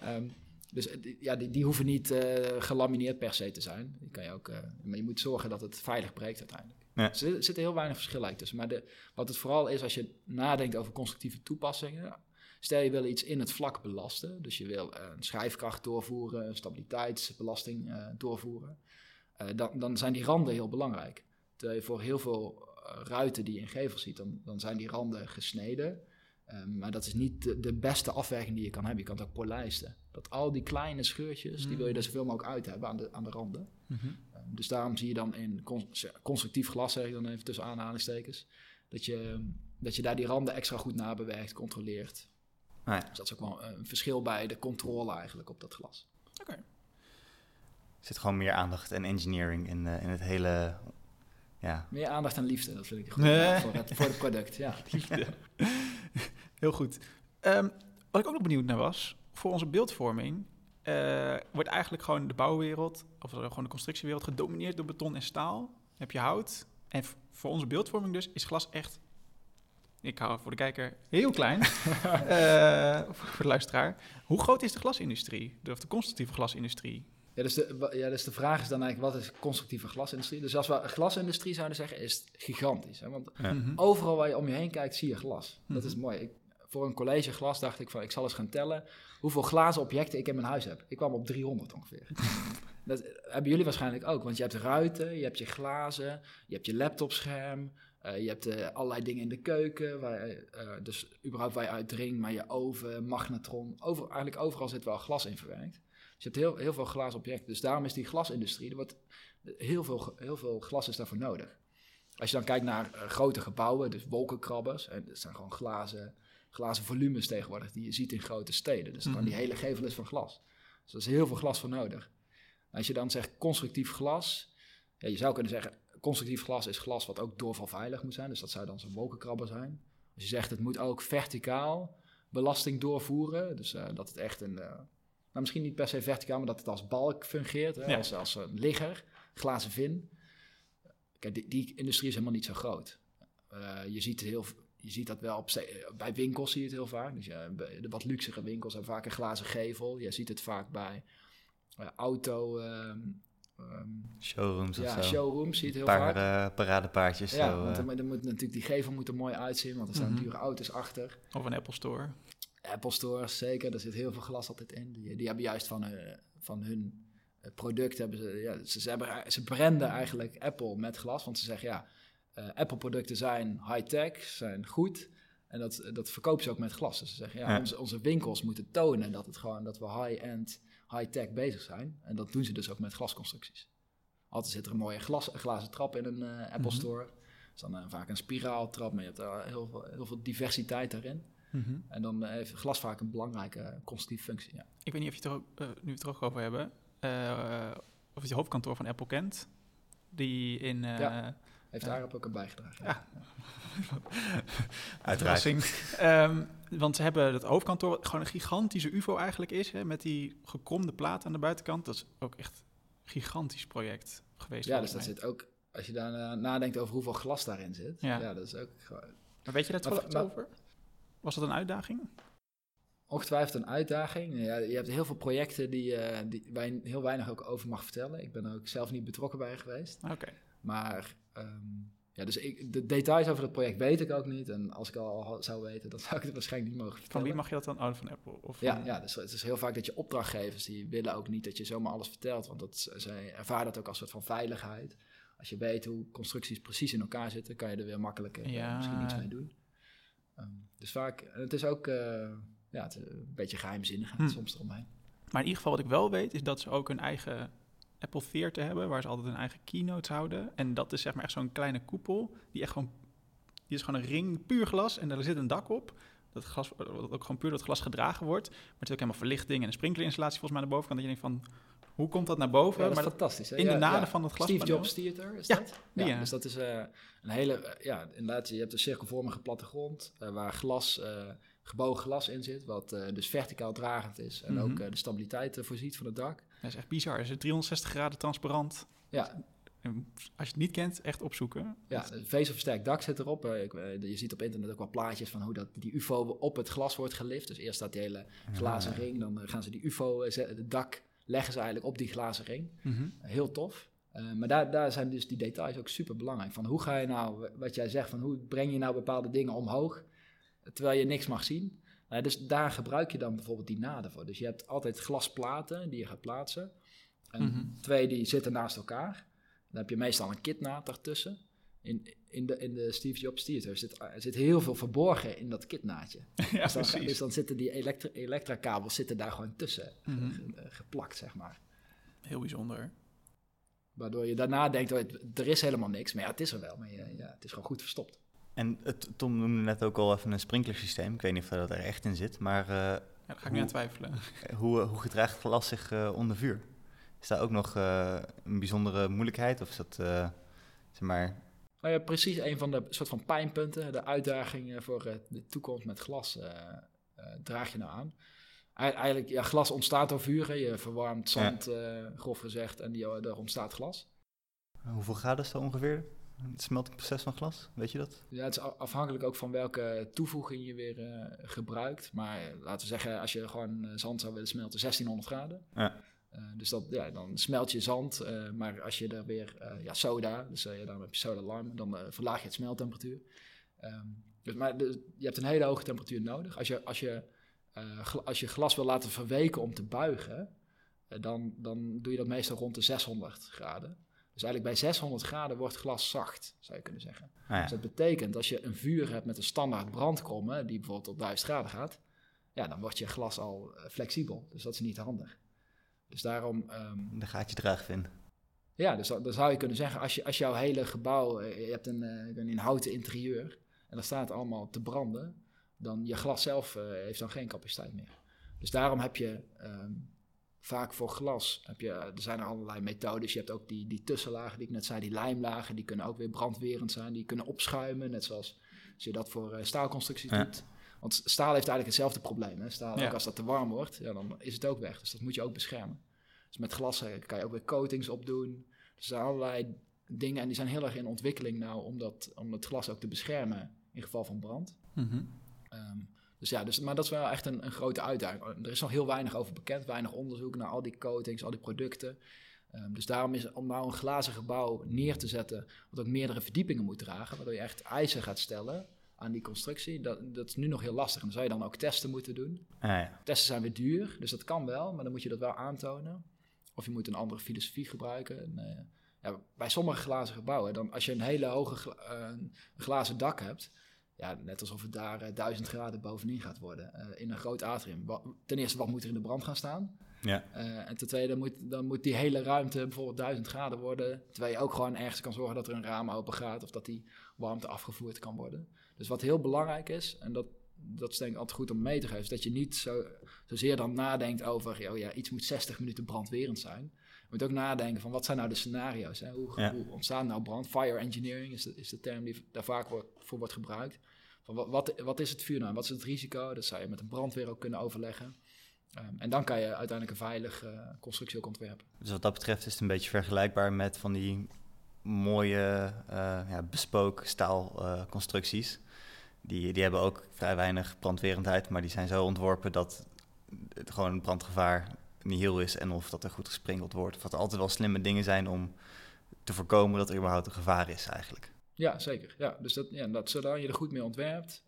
Dus die hoeven niet gelamineerd per se te zijn. Die kan je ook, maar je moet zorgen dat het veilig breekt uiteindelijk. Ja. Dus er zit heel weinig verschil eigenlijk tussen. Maar wat het vooral is als je nadenkt over constructieve toepassingen. Stel je wil iets in het vlak belasten. Dus je wil een schrijfkracht doorvoeren, een stabiliteitsbelasting doorvoeren. Dan zijn die randen heel belangrijk. Terwijl je voor heel veel ruiten die je in gevels ziet, dan zijn die randen gesneden. Maar dat is niet de beste afwerking die je kan hebben. Je kan het ook polijsten. Dat al die kleine scheurtjes, die wil je er zoveel mogelijk uit hebben aan de randen. Dus daarom zie je dan in constructief glas, zeg ik dan even tussen aanhalingstekens, dat je daar die randen extra goed nabewerkt, controleert. Dus dat is ook wel een verschil bij de controle eigenlijk op dat glas. Er zit gewoon meer aandacht en engineering in het hele... Ja. Meer aandacht en liefde, dat vind ik goed voor het product. Ja. Liefde. Heel goed. Wat ik ook nog benieuwd naar was, voor onze beeldvorming wordt eigenlijk gewoon de bouwwereld, of gewoon de constructiewereld, gedomineerd door beton en staal. Dan heb je hout. En voor onze beeldvorming dus is glas echt, ik hou voor de kijker, heel klein. Voor de luisteraar. Hoe groot is de glasindustrie, of de constructieve glasindustrie? Ja, dus de vraag is dan eigenlijk, wat is constructieve glasindustrie? Dus als we glasindustrie zouden zeggen, is het gigantisch. Hè? Want overal waar je om je heen kijkt, zie je glas. Dat is mooi. voor een collegeglas dacht ik van, ik zal eens gaan tellen hoeveel glazen objecten ik in mijn huis heb. Ik kwam op 300 ongeveer. Dat hebben jullie waarschijnlijk ook, want je hebt ruiten, je hebt je glazen, je hebt je laptopscherm, je hebt allerlei dingen in de keuken, dus überhaupt waar je uit drinkt, maar je oven, magnetron, eigenlijk overal zit wel glas in verwerkt. Dus je hebt heel veel glazen objecten, dus daarom is die glasindustrie, heel veel glas is daarvoor nodig. Als je dan kijkt naar grote gebouwen, dus wolkenkrabbers, en dat zijn gewoon glazen volumes tegenwoordig die je ziet in grote steden. Dus gewoon die hele gevel is van glas. Dus er is heel veel glas voor nodig. Als je dan zegt constructief glas, ja, je zou kunnen zeggen, constructief glas is glas wat ook doorvalveilig moet zijn. Dus dat zou dan zo'n wolkenkrabber zijn. Als je zegt, het moet ook verticaal belasting doorvoeren. Dus dat het echt misschien niet per se verticaal, maar dat het als balk fungeert. Hè, ja. Als een ligger, glazen vin. Kijk, die industrie is helemaal niet zo groot. Je ziet dat wel bij winkels, zie je het heel vaak. Dus de wat luxere winkels hebben vaak een glazen gevel. Je ziet het vaak bij auto... showrooms of zo. Showrooms zie je het heel vaak. Paradepaardjes. Ja, zo, want er moet natuurlijk die gevel moet er mooi uitzien, want er staan dure auto's achter. Of een Apple Store. Apple Store, zeker. Daar zit heel veel glas altijd in. Die hebben juist van hun product hebben ze branden eigenlijk Apple met glas, want ze zeggen Apple producten zijn high-tech, zijn goed en dat verkopen ze ook met glas. Dus ze zeggen onze winkels moeten tonen dat we high-end, high-tech bezig zijn en dat doen ze dus ook met glasconstructies. Altijd zit er een mooie glazen trap in een Apple Store. Dat is dan vaak een spiraaltrap, maar je hebt daar heel veel diversiteit daarin. Mm-hmm. En dan heeft glas vaak een belangrijke constructieve functie. Ja. Ik weet niet of je het er nu het er ook over hebben. Of je het hoofdkantoor van Apple kent. Die in... heeft daar ook aan bijgedragen. Ja. Uiteraard. Want ze hebben het hoofdkantoor, wat gewoon een gigantische UFO eigenlijk is. Hè, met die gekromde plaat aan de buitenkant. Dat is ook echt een gigantisch project geweest. Ja, dus dat zit ook... Als je daar nadenkt over hoeveel glas daarin zit. Ja, dat is ook gewoon... Maar weet je daar toch iets over? Was dat een uitdaging? Ongetwijfeld een uitdaging. Ja, je hebt heel veel projecten waar je heel weinig ook over mag vertellen. Ik ben er ook zelf niet betrokken bij geweest. Okay. Maar dus de details over het project weet ik ook niet. En als ik al zou weten, dan zou ik het waarschijnlijk niet mogen vertellen. Van wie mag je dat dan? Van Apple? Of dus het is heel vaak dat je opdrachtgevers, die willen ook niet dat je zomaar alles vertelt. Want zij ervaren dat ook als een soort van veiligheid. Als je weet hoe constructies precies in elkaar zitten, kan je er weer makkelijker misschien iets mee doen. Dus vaak, het is ook het is een beetje geheimzinnig soms eromheen. Maar in ieder geval wat ik wel weet, is dat ze ook hun eigen Apple Theater hebben, waar ze altijd hun eigen keynotes houden. En dat is zeg maar echt zo'n kleine koepel, die is gewoon een ring, puur glas, en daar zit een dak op. Dat ook gewoon puur door het glas gedragen wordt. Maar het is ook helemaal verlichting en een sprinklerinstallatie volgens mij aan de bovenkant. Dat je denkt van, hoe komt dat naar boven? Ja, dat is fantastisch. Hè? In de naden van het glas. Steve Jobs Theater is dat? Ja, dus dat is een hele... inderdaad, je hebt een cirkelvormige plattegrond waar gebogen glas in zit, wat dus verticaal dragend is en ook de stabiliteit voorziet van het dak. Dat is echt bizar. Het is 360 graden transparant. Ja. Als je het niet kent, echt opzoeken. Ja, een vezelversterkt dak zit erop. Je ziet op internet ook wel plaatjes van hoe die UFO op het glas wordt gelift. Dus eerst staat die hele glazen ring, dan gaan ze die UFO, het dak leggen ze eigenlijk op die glazen ring. Mm-hmm. Heel tof. Maar daar zijn dus die details ook super belangrijk. Van hoe ga je nou, wat jij zegt, van hoe breng je nou bepaalde dingen omhoog, terwijl je niks mag zien. Dus daar gebruik je dan bijvoorbeeld die naden voor. Dus je hebt altijd glasplaten die je gaat plaatsen. En 2 die zitten naast elkaar. Dan heb je meestal een kitnaad daartussen. In de Steve Jobs Theater zit heel veel verborgen in dat kitnaadje. Ja, dus dan zitten die elektrakabels zitten daar gewoon tussen geplakt, zeg maar. Heel bijzonder. Waardoor je daarna denkt, er is helemaal niks. Maar het is er wel. Maar het is gewoon goed verstopt. En Tom noemde net ook al even een sprinklerssysteem. Ik weet niet of dat er echt in zit, maar... daar ga ik nu aan twijfelen. Hoe gedraagt glas zich onder vuur? Is daar ook nog een bijzondere moeilijkheid? Of is dat, zeg maar... Nou ja, precies een van de soort van pijnpunten. De uitdaging voor de toekomst met glas draag je nou aan. Eigenlijk, glas ontstaat door vuur. Hè. Je verwarmt zand, grof gezegd, en er ontstaat glas. Hoeveel graden is dat ongeveer? Het smeltingproces van glas, weet je dat? Ja, het is afhankelijk ook van welke toevoeging je weer gebruikt. Maar laten we zeggen, als je gewoon zand zou willen smelten, 1600 graden. Ja. Dus dan smelt je zand. Maar als je er weer soda, dus dan heb je soda lime, dan verlaag je het smeltemperatuur. Je hebt een hele hoge temperatuur nodig. Als je glas wil laten verweken om te buigen, dan doe je dat meestal rond de 600 graden. Dus eigenlijk bij 600 graden wordt glas zacht, zou je kunnen zeggen. Dus dat betekent, als je een vuur hebt met een standaard brandkom, die bijvoorbeeld tot 1000 graden gaat, dan wordt je glas al flexibel. Dus dat is niet handig. Dus daarom... Dan gaat je draagvin. Ja, dus dan zou je kunnen zeggen, als jouw hele gebouw, je hebt een houten interieur en dat staat allemaal te branden, dan je glas zelf heeft dan geen capaciteit meer. Dus daarom heb je vaak voor glas, er zijn er allerlei methodes. Je hebt ook die tussenlagen die ik net zei, die lijmlagen, die kunnen ook weer brandwerend zijn. Die kunnen opschuimen, net zoals je dat voor staalconstructies doet. Want staal heeft eigenlijk hetzelfde probleem. Hè? Staal, ook als dat te warm wordt, dan is het ook weg. Dus dat moet je ook beschermen. Dus met glas kan je ook weer coatings opdoen. Dus er zijn allerlei dingen en die zijn heel erg in ontwikkeling nou om het glas ook te beschermen in geval van brand. Mm-hmm. Maar dat is wel echt een grote uitdaging. Er is nog heel weinig over bekend, weinig onderzoek naar al die coatings, al die producten. Dus daarom is om nou een glazen gebouw neer te zetten, wat ook meerdere verdiepingen moet dragen, waardoor je echt eisen gaat stellen aan die constructie, dat is nu nog heel lastig. En dan zou je dan ook testen moeten doen. Testen zijn weer duur, dus dat kan wel, maar dan moet je dat wel aantonen. Of je moet een andere filosofie gebruiken. Bij sommige glazen gebouwen, als je een hele hoge glazen dak hebt, net alsof het daar 1000 graden bovenin gaat worden. In een groot atrium. Ten eerste, wat moet er in de brand gaan staan? Ja. En ten tweede, dan moet die hele ruimte bijvoorbeeld 1000 graden worden. Terwijl je ook gewoon ergens kan zorgen dat er een raam open gaat of dat die warmte afgevoerd kan worden. Dus wat heel belangrijk is, en dat is denk ik altijd goed om mee te geven, is dat je niet zozeer dan nadenkt over, iets moet 60 minuten brandwerend zijn. Je moet ook nadenken van, wat zijn nou de scenario's? Hè? Hoe ontstaat nou brand? Fire engineering is de term die daar vaak voor wordt gebruikt. Van wat is het vuur nou? Wat is het risico? Dat zou je met een brandweer ook kunnen overleggen. En dan kan je uiteindelijk een veilige constructie ook ontwerpen. Dus wat dat betreft is het een beetje vergelijkbaar met van die mooie bespook staalconstructies. Die hebben ook vrij weinig brandwerendheid, maar die zijn zo ontworpen dat het gewoon een brandgevaar nihil is en of dat er goed gesprenkeld wordt. Of dat er altijd wel slimme dingen zijn om te voorkomen dat er überhaupt een gevaar is eigenlijk. Ja, zeker. Ja, dus zodat je er goed mee ontwerpt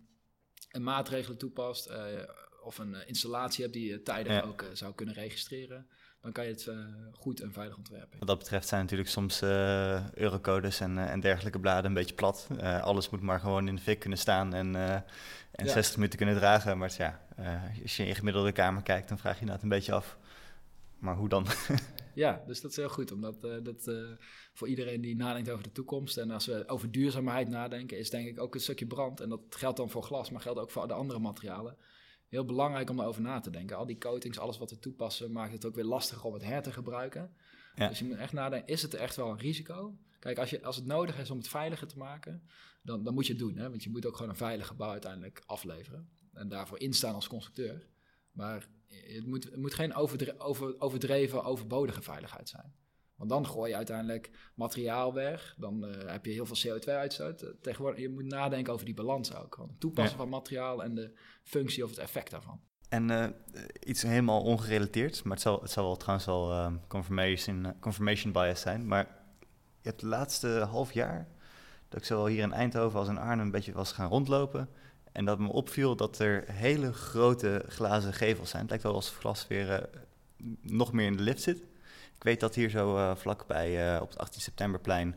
en maatregelen toepast of een installatie hebt die je tijdig ook zou kunnen registreren, dan kan je het goed en veilig ontwerpen. Wat dat betreft zijn natuurlijk soms eurocodes en dergelijke bladen een beetje plat. Alles moet maar gewoon in de fik kunnen staan en 60 minuten kunnen dragen. Maar als je in je gemiddelde kamer kijkt, dan vraag je inderdaad een beetje af, maar hoe dan? Ja, dus dat is heel goed, omdat dat voor iedereen die nadenkt over de toekomst en als we over duurzaamheid nadenken, is denk ik ook een stukje brand. En dat geldt dan voor glas, maar geldt ook voor de andere materialen. Heel belangrijk om daarover na te denken. Al die coatings, alles wat we toepassen, maakt het ook weer lastiger om het te gebruiken. Ja. Dus je moet echt nadenken, is het echt wel een risico? Kijk, als het nodig is om het veiliger te maken, dan moet je het doen. Hè? Want je moet ook gewoon een veilig gebouw uiteindelijk afleveren. En daarvoor instaan als constructeur. Maar het moet geen overdreven, overbodige veiligheid zijn. Want dan gooi je uiteindelijk materiaal weg. Dan heb je heel veel CO2-uitstoot. Tegenwoordig, je moet nadenken over die balans ook. Het toepassen van materiaal en de functie of het effect daarvan. En iets helemaal ongerelateerd, maar het zal wel trouwens wel confirmation bias zijn. Maar je hebt de laatste half jaar, dat ik zowel hier in Eindhoven als in Arnhem een beetje was gaan rondlopen. En dat me opviel dat er hele grote glazen gevels zijn. Het lijkt wel alsof glas weer nog meer in de lift zit. Ik weet dat hier zo vlakbij op het 18 septemberplein,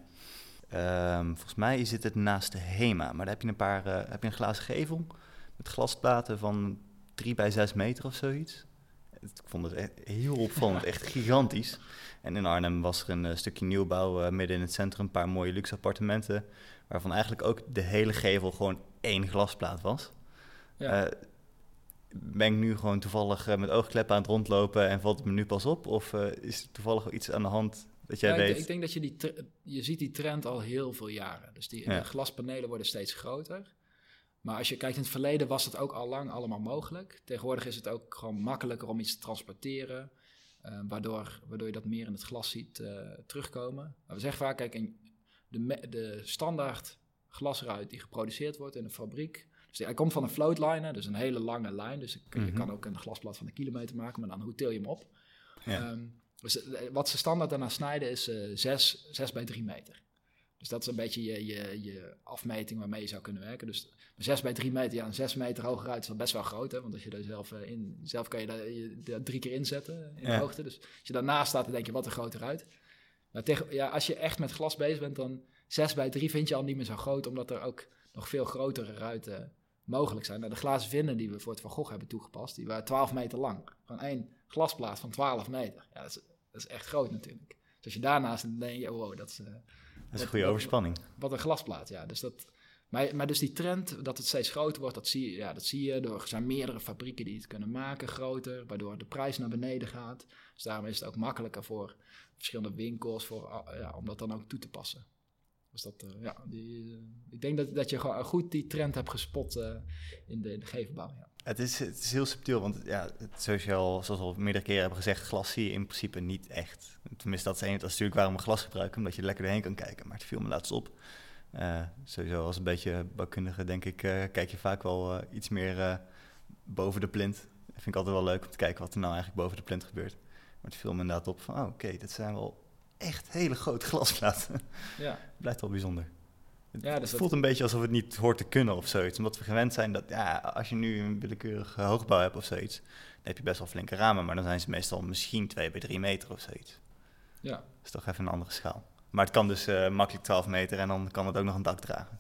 volgens mij zit het naast de HEMA. Maar daar heb je een glazen gevel met glasplaten van 3 bij 6 meter of zoiets. Ik vond het echt heel opvallend, echt gigantisch. En in Arnhem was er een stukje nieuwbouw midden in het centrum, een paar mooie luxe appartementen, waarvan eigenlijk ook de hele gevel gewoon 1 glasplaat was. Ja. Ben ik nu gewoon toevallig met oogkleppen aan het rondlopen en valt het me nu pas op? Of is er toevallig iets aan de hand dat jij weet? Ik denk dat je ziet die trend al heel veel jaren. Dus de glaspanelen worden steeds groter. Maar als je kijkt in het verleden was het ook al lang allemaal mogelijk. Tegenwoordig is het ook gewoon makkelijker om iets te transporteren. Waardoor je dat meer in het glas ziet terugkomen. Maar we zeggen vaak, kijk, de standaard glasruit die geproduceerd wordt in een fabriek. Dus hij komt van een floatliner, dus een hele lange lijn. Dus je kan ook een glasplaat van 1 kilometer maken, maar dan hoe til je hem op? Ja. Dus wat ze standaard daarna snijden is 6 bij 3 meter. Dus dat is een beetje je afmeting waarmee je zou kunnen werken. Dus 6 bij 3 meter, een 6 meter hoger uit is al best wel groot. Hè? Want als je er zelf kan je daar 3 keer inzetten in de hoogte. Dus als je daarnaast staat, dan denk je, wat een grote ruit. Maar als je echt met glas bezig bent, dan 6 bij 3 vind je al niet meer zo groot. Omdat er ook nog veel grotere ruiten mogelijk zijn. De glazen vinnen die we voor het Van Gogh hebben toegepast, die waren 12 meter lang. Gewoon 1 glasplaat van 12 meter. Ja, dat is echt groot natuurlijk. Dus als je daarnaast dan denk je, wow, dat is een goede overspanning. Wat een glasplaat, ja. Dus maar dus die trend dat het steeds groter wordt, dat zie je. Er zijn meerdere fabrieken die het kunnen maken groter, waardoor de prijs naar beneden gaat. Dus daarom is het ook makkelijker voor verschillende winkels om dat dan ook toe te passen. Dus ik denk dat je gewoon goed die trend hebt gespot in de gevelbouw. Ja. Het is heel subtiel, want zoals we al meerdere keren hebben gezegd, glas zie je in principe niet echt. Tenminste, dat is natuurlijk waarom we glas gebruiken, omdat je er lekker doorheen kan kijken. Maar het viel me laatst op. Sowieso als een beetje bouwkundige, denk ik, kijk je vaak wel iets meer boven de plint. Dat vind ik altijd wel leuk om te kijken wat er nou eigenlijk boven de plint gebeurt. Maar het viel me inderdaad op van, oké, dit zijn wel echt hele grote glasplaten. Ja. Blijft wel bijzonder. Het voelt een beetje alsof het niet hoort te kunnen of zoiets. Omdat we gewend zijn dat als je nu een willekeurige hoogbouw hebt of zoiets, dan heb je best wel flinke ramen, maar dan zijn ze meestal misschien 2 bij 3 meter of zoiets. Ja. Dat is toch even een andere schaal. Maar het kan dus makkelijk 12 meter en dan kan het ook nog een dak dragen.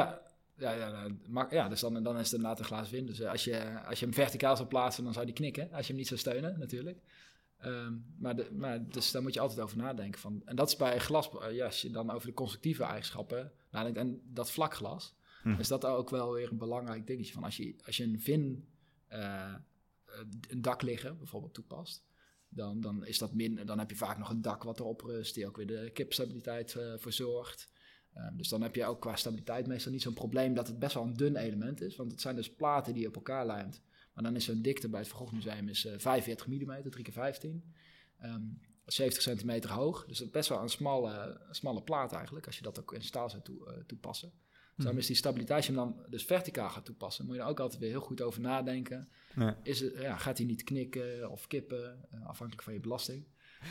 Dus dan is het inderdaad een glazen wind. Dus als je hem verticaal zou plaatsen, dan zou die knikken. Als je hem niet zou steunen, natuurlijk. Dus daar moet je altijd over nadenken. En dat is bij glas, als je dan over de constructieve eigenschappen nadenkt en dat vlakglas, is dat ook wel weer een belangrijk dingetje. Van als je een vin, een dak liggen bijvoorbeeld toepast, dan is dat dan heb je vaak nog een dak wat erop rust, die ook weer de kipstabiliteit verzorgt. Dus dan heb je ook qua stabiliteit meestal niet zo'n probleem dat het best wel een dun element is. Want het zijn dus platen die je op elkaar lijmt. Maar dan is zo'n dikte bij het Van Gogh Museum 45 mm, 3x15. 70 centimeter hoog. Dus dat is best wel een smalle plaat eigenlijk, als je dat ook in staal zou toepassen. Dus dan is die stabiliteit, als je hem dan dus verticaal gaat toepassen, moet je er ook altijd weer heel goed over nadenken. Ja. Gaat hij niet knikken of kippen, afhankelijk van je belasting.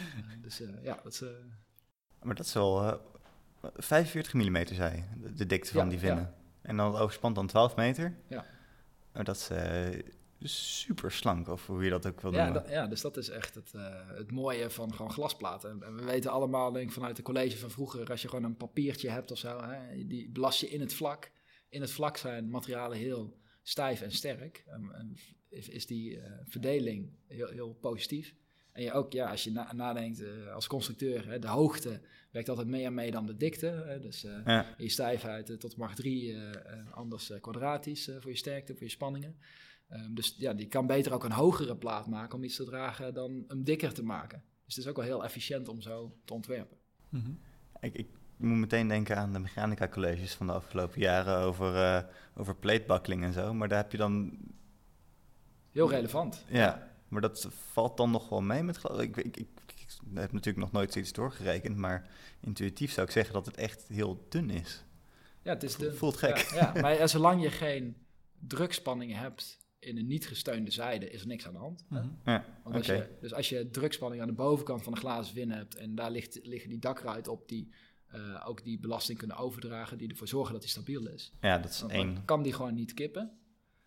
Maar dat is wel 45 mm, zei je, de dikte van die vinnen. Ja. En dan het overspant dan 12 meter. Ja. Maar dat is super slank, of hoe je dat ook wil noemen. Dus dat is echt het mooie van gewoon glasplaten. En we weten allemaal, denk ik, vanuit de college van vroeger, als je gewoon een papiertje hebt of zo, die belast je in het vlak. In het vlak zijn materialen heel stijf en sterk. En is die verdeling heel, heel positief. En je ook, als je nadenkt als constructeur, de hoogte werkt altijd meer mee dan de dikte. Dus je stijfheid tot macht 3, anders kwadratisch voor je sterkte, voor je spanningen. Dus die kan beter ook een hogere plaat maken om iets te dragen dan hem dikker te maken. Dus het is ook wel heel efficiënt om zo te ontwerpen. Mm-hmm. Ik moet meteen denken aan de mechanica colleges van de afgelopen jaren over pleetbakkeling en zo. Maar daar heb je dan... Heel relevant. Ja. Maar dat valt dan nog wel mee met glas. Ik heb natuurlijk nog nooit zoiets doorgerekend, maar intuïtief zou ik zeggen dat het echt heel dun is. Ja, het is dun. Voelt gek. Ja, maar zolang je geen drukspanningen hebt in een niet gesteunde zijde, is er niks aan de hand. Mm-hmm. Ja, want als je drukspanning aan de bovenkant van de glazen vin hebt en daar liggen die dakruiten op die ook die belasting kunnen overdragen, die ervoor zorgen dat die stabiel is. Ja, dat is dan kan die gewoon niet kippen.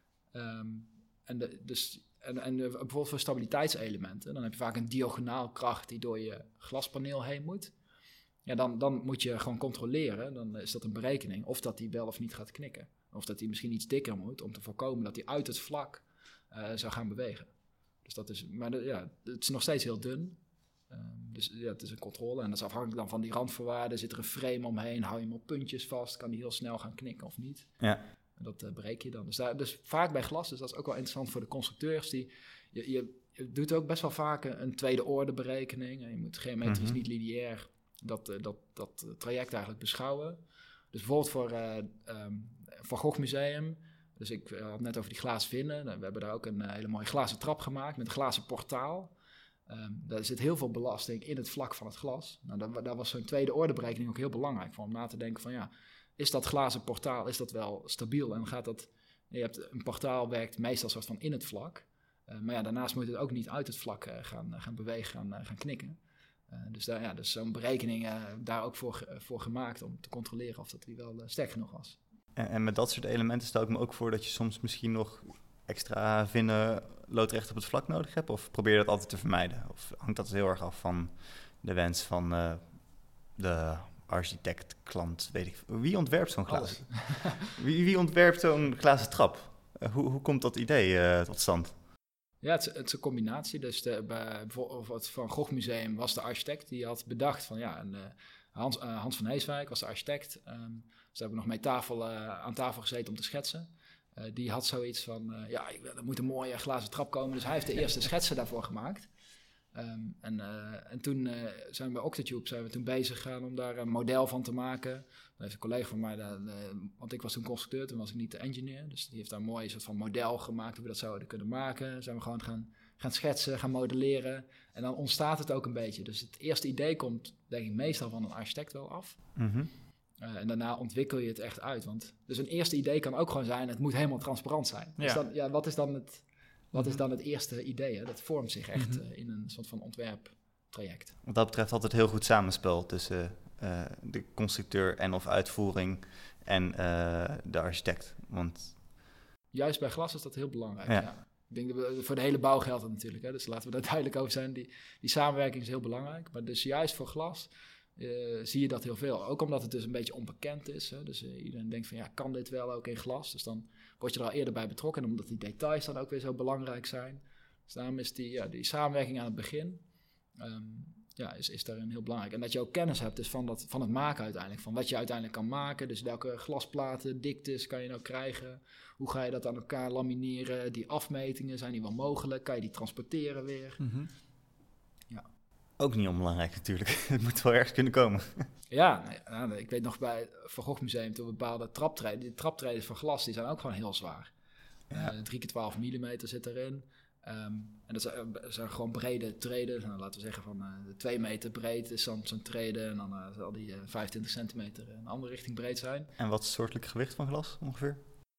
En bijvoorbeeld voor stabiliteitselementen, dan heb je vaak een diagonaalkracht die door je glaspaneel heen moet. Ja, dan moet je gewoon controleren, dan is dat een berekening, of dat die wel of niet gaat knikken. Of dat die misschien iets dikker moet, om te voorkomen dat die uit het vlak zou gaan bewegen. Dus dat is, het is nog steeds heel dun. Dus het is een controle en dat is afhankelijk dan van die randvoorwaarden. Zit er een frame omheen, hou je hem op puntjes vast, kan die heel snel gaan knikken of niet. Ja. Dat breek je dan. Dus vaak bij glas, dus dat is ook wel interessant voor de constructeurs. Je doet ook best wel vaak een tweede orde berekening. En je moet geometrisch niet lineair dat traject eigenlijk beschouwen. Dus bijvoorbeeld voor Van Gogh Museum. Dus ik had net over die glazen vinnen. We hebben daar ook een hele mooie glazen trap gemaakt met een glazen portaal. Daar zit heel veel belasting in het vlak van het glas. Nou, daar was zo'n tweede orde berekening ook heel belangrijk voor om na te denken van is dat glazen portaal, is dat wel stabiel? En gaat dat, je hebt een portaal werkt meestal soort van in het vlak. Maar daarnaast moet het ook niet uit het vlak gaan bewegen, gaan knikken. Dus zo'n berekening daar ook voor gemaakt om te controleren of dat die wel sterk genoeg was. En met dat soort elementen stel ik me ook voor dat je soms misschien nog extra vinnen loodrecht op het vlak nodig hebt? Of probeer je dat altijd te vermijden? Of hangt dat heel erg af van de wens van de architect, klant, weet ik. Wie ontwerpt zo'n glazen? Wie ontwerpt zo'n glazen trap? Hoe komt dat idee tot stand? Ja, het is een combinatie. Dus bijvoorbeeld het Van Gogh Museum was de architect. Die had bedacht van Hans van Heeswijk was de architect. Ze hebben nog mee aan tafel gezeten om te schetsen. Die had zoiets van, er moet een mooie glazen trap komen. Dus hij heeft de eerste schetsen daarvoor gemaakt. En toen zijn we bij Octotube bezig gegaan om daar een model van te maken. Daar heeft een collega van mij, want ik was toen constructeur, toen was ik niet de engineer. Dus die heeft daar een mooi soort van model gemaakt hoe we dat zouden kunnen maken. Zijn we gewoon gaan schetsen, gaan modelleren. En dan ontstaat het ook een beetje. Dus het eerste idee komt denk ik meestal van een architect wel af. Mm-hmm. En daarna ontwikkel je het echt uit. Dus een eerste idee kan ook gewoon zijn, het moet helemaal transparant zijn. Ja. Dus wat is dan het eerste idee? Hè? Dat vormt zich echt in een soort van ontwerptraject. Wat dat betreft altijd heel goed samenspel tussen de constructeur en of uitvoering en de architect. Want Juist bij glas is dat heel belangrijk. Ja. Ja. Ik denk dat voor de hele bouw geldt dat natuurlijk. Hè? Dus laten we daar duidelijk over zijn. Die samenwerking is heel belangrijk. Maar dus juist voor glas zie je dat heel veel. Ook omdat het dus een beetje onbekend is. Hè? Dus iedereen denkt van kan dit wel ook in glas? Dus dan word je er al eerder bij betrokken. En omdat die details dan ook weer zo belangrijk zijn. Dus daarom is die samenwerking aan het begin is daarin heel belangrijk. En dat je ook kennis hebt dus van het maken uiteindelijk. Van wat je uiteindelijk kan maken. Dus welke glasplaten, diktes kan je nou krijgen? Hoe ga je dat aan elkaar lamineren? Die afmetingen, zijn die wel mogelijk? Kan je die transporteren weer? Mm-hmm. Ja. ook niet onbelangrijk natuurlijk. Het moet wel ergens kunnen komen. Ja, ik weet nog bij het Van Gogh Museum toen bepaalde traptreden. Die traptreden van glas die zijn ook gewoon heel zwaar. Ja. 3x12 mm zit erin. En dat zijn gewoon brede treden. Nou, laten we zeggen van 2 meter breed is dan zo'n trede. En dan zal die 25 centimeter in een andere richting breed zijn. En wat is het soortelijk gewicht van glas ongeveer?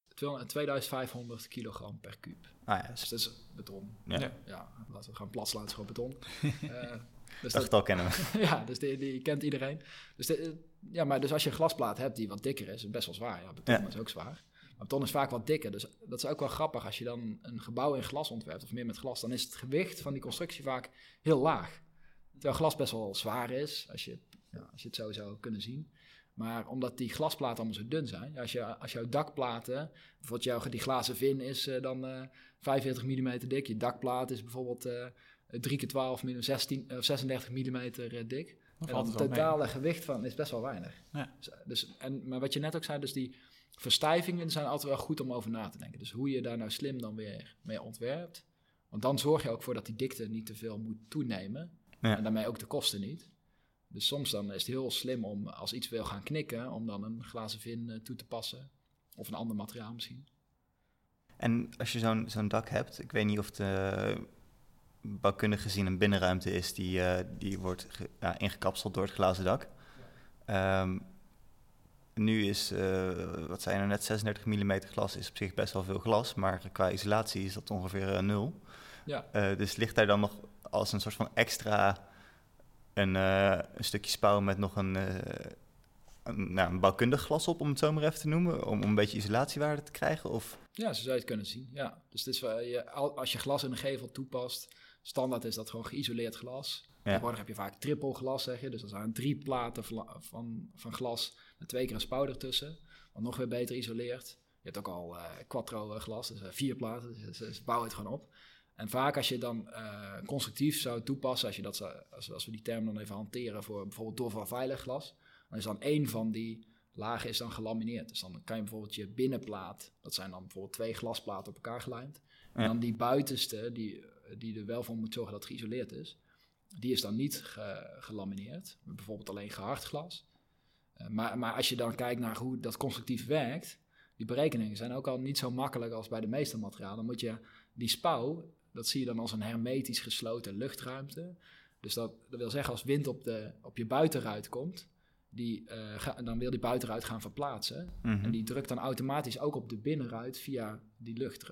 2500 kilogram per kuub. Ah ja, Dus dat is beton. ja. Ja, laten we gaan plat slaan, het is gewoon beton. Dus dat getal kennen we. ja, dus die kent iedereen. Dus maar dus als je een glasplaat hebt die wat dikker is best wel zwaar. Ja, beton is ook zwaar. Maar beton is vaak wat dikker. Dus dat is ook wel grappig. Als je dan een gebouw in glas ontwerpt, of meer met glas, dan is het gewicht van die constructie vaak heel laag. Terwijl glas best wel zwaar is, als je het zo zou kunnen zien. Maar omdat die glasplaten allemaal zo dun zijn, als jouw dakplaten, bijvoorbeeld die glazen vin is dan 45 mm dik, je dakplaat is bijvoorbeeld 3x12 36 mm dik. En dan het totale gewicht van is best wel weinig. Ja. Maar wat je net ook zei, dus die verstijvingen zijn altijd wel goed om over na te denken. Dus hoe je daar nou slim dan weer mee ontwerpt. Want dan zorg je ook voor dat die dikte niet te veel moet toenemen. Ja. En daarmee ook de kosten niet. Dus soms dan is het heel slim om als iets wil gaan knikken, om dan een glazen vin toe te passen. Of een ander materiaal misschien. En als je zo'n dak hebt, ik weet niet of de bouwkundig gezien een binnenruimte is die wordt ingekapseld door het glazen dak. Nu is, wat zei je nou net, 36 mm glas is op zich best wel veel glas, maar qua isolatie is dat ongeveer 0. Ja. Dus ligt daar dan nog als een soort van extra een stukje spouw met nog een bouwkundig glas op, om het zo maar even te noemen, om een beetje isolatiewaarde te krijgen? Of? Ja, zo zou je het kunnen zien, ja. Dus het is, als je glas in een gevel toepast, standaard is dat gewoon geïsoleerd glas. Ja. Tegenwoordig heb je vaak triple glas, zeg je. Dus dat zijn 3 platen van glas met 2 keer een spouw ertussen, wat nog weer beter isoleert. Je hebt ook al quattro glas, dus 4 platen, dus bouw het gewoon op. En vaak als je dan constructief zou toepassen, als we die term dan even hanteren voor bijvoorbeeld doorvalveilig glas, dan is dan 1 van die lagen is dan gelamineerd. Dus dan kan je bijvoorbeeld je binnenplaat, dat zijn dan bijvoorbeeld 2 glasplaten op elkaar gelijmd. En dan die buitenste, die er wel voor moet zorgen dat het geïsoleerd is, die is dan niet gelamineerd, bijvoorbeeld alleen gehard glas. Maar als je dan kijkt naar hoe dat constructief werkt, die berekeningen zijn ook al niet zo makkelijk als bij de meeste materialen. Dan moet je die spouw, dat zie je dan als een hermetisch gesloten luchtruimte. Dus dat wil zeggen, als wind op je buitenruit komt, dan wil die buitenruit gaan verplaatsen. Mm-hmm. En die drukt dan automatisch ook op de binnenruit via die luchtdruk.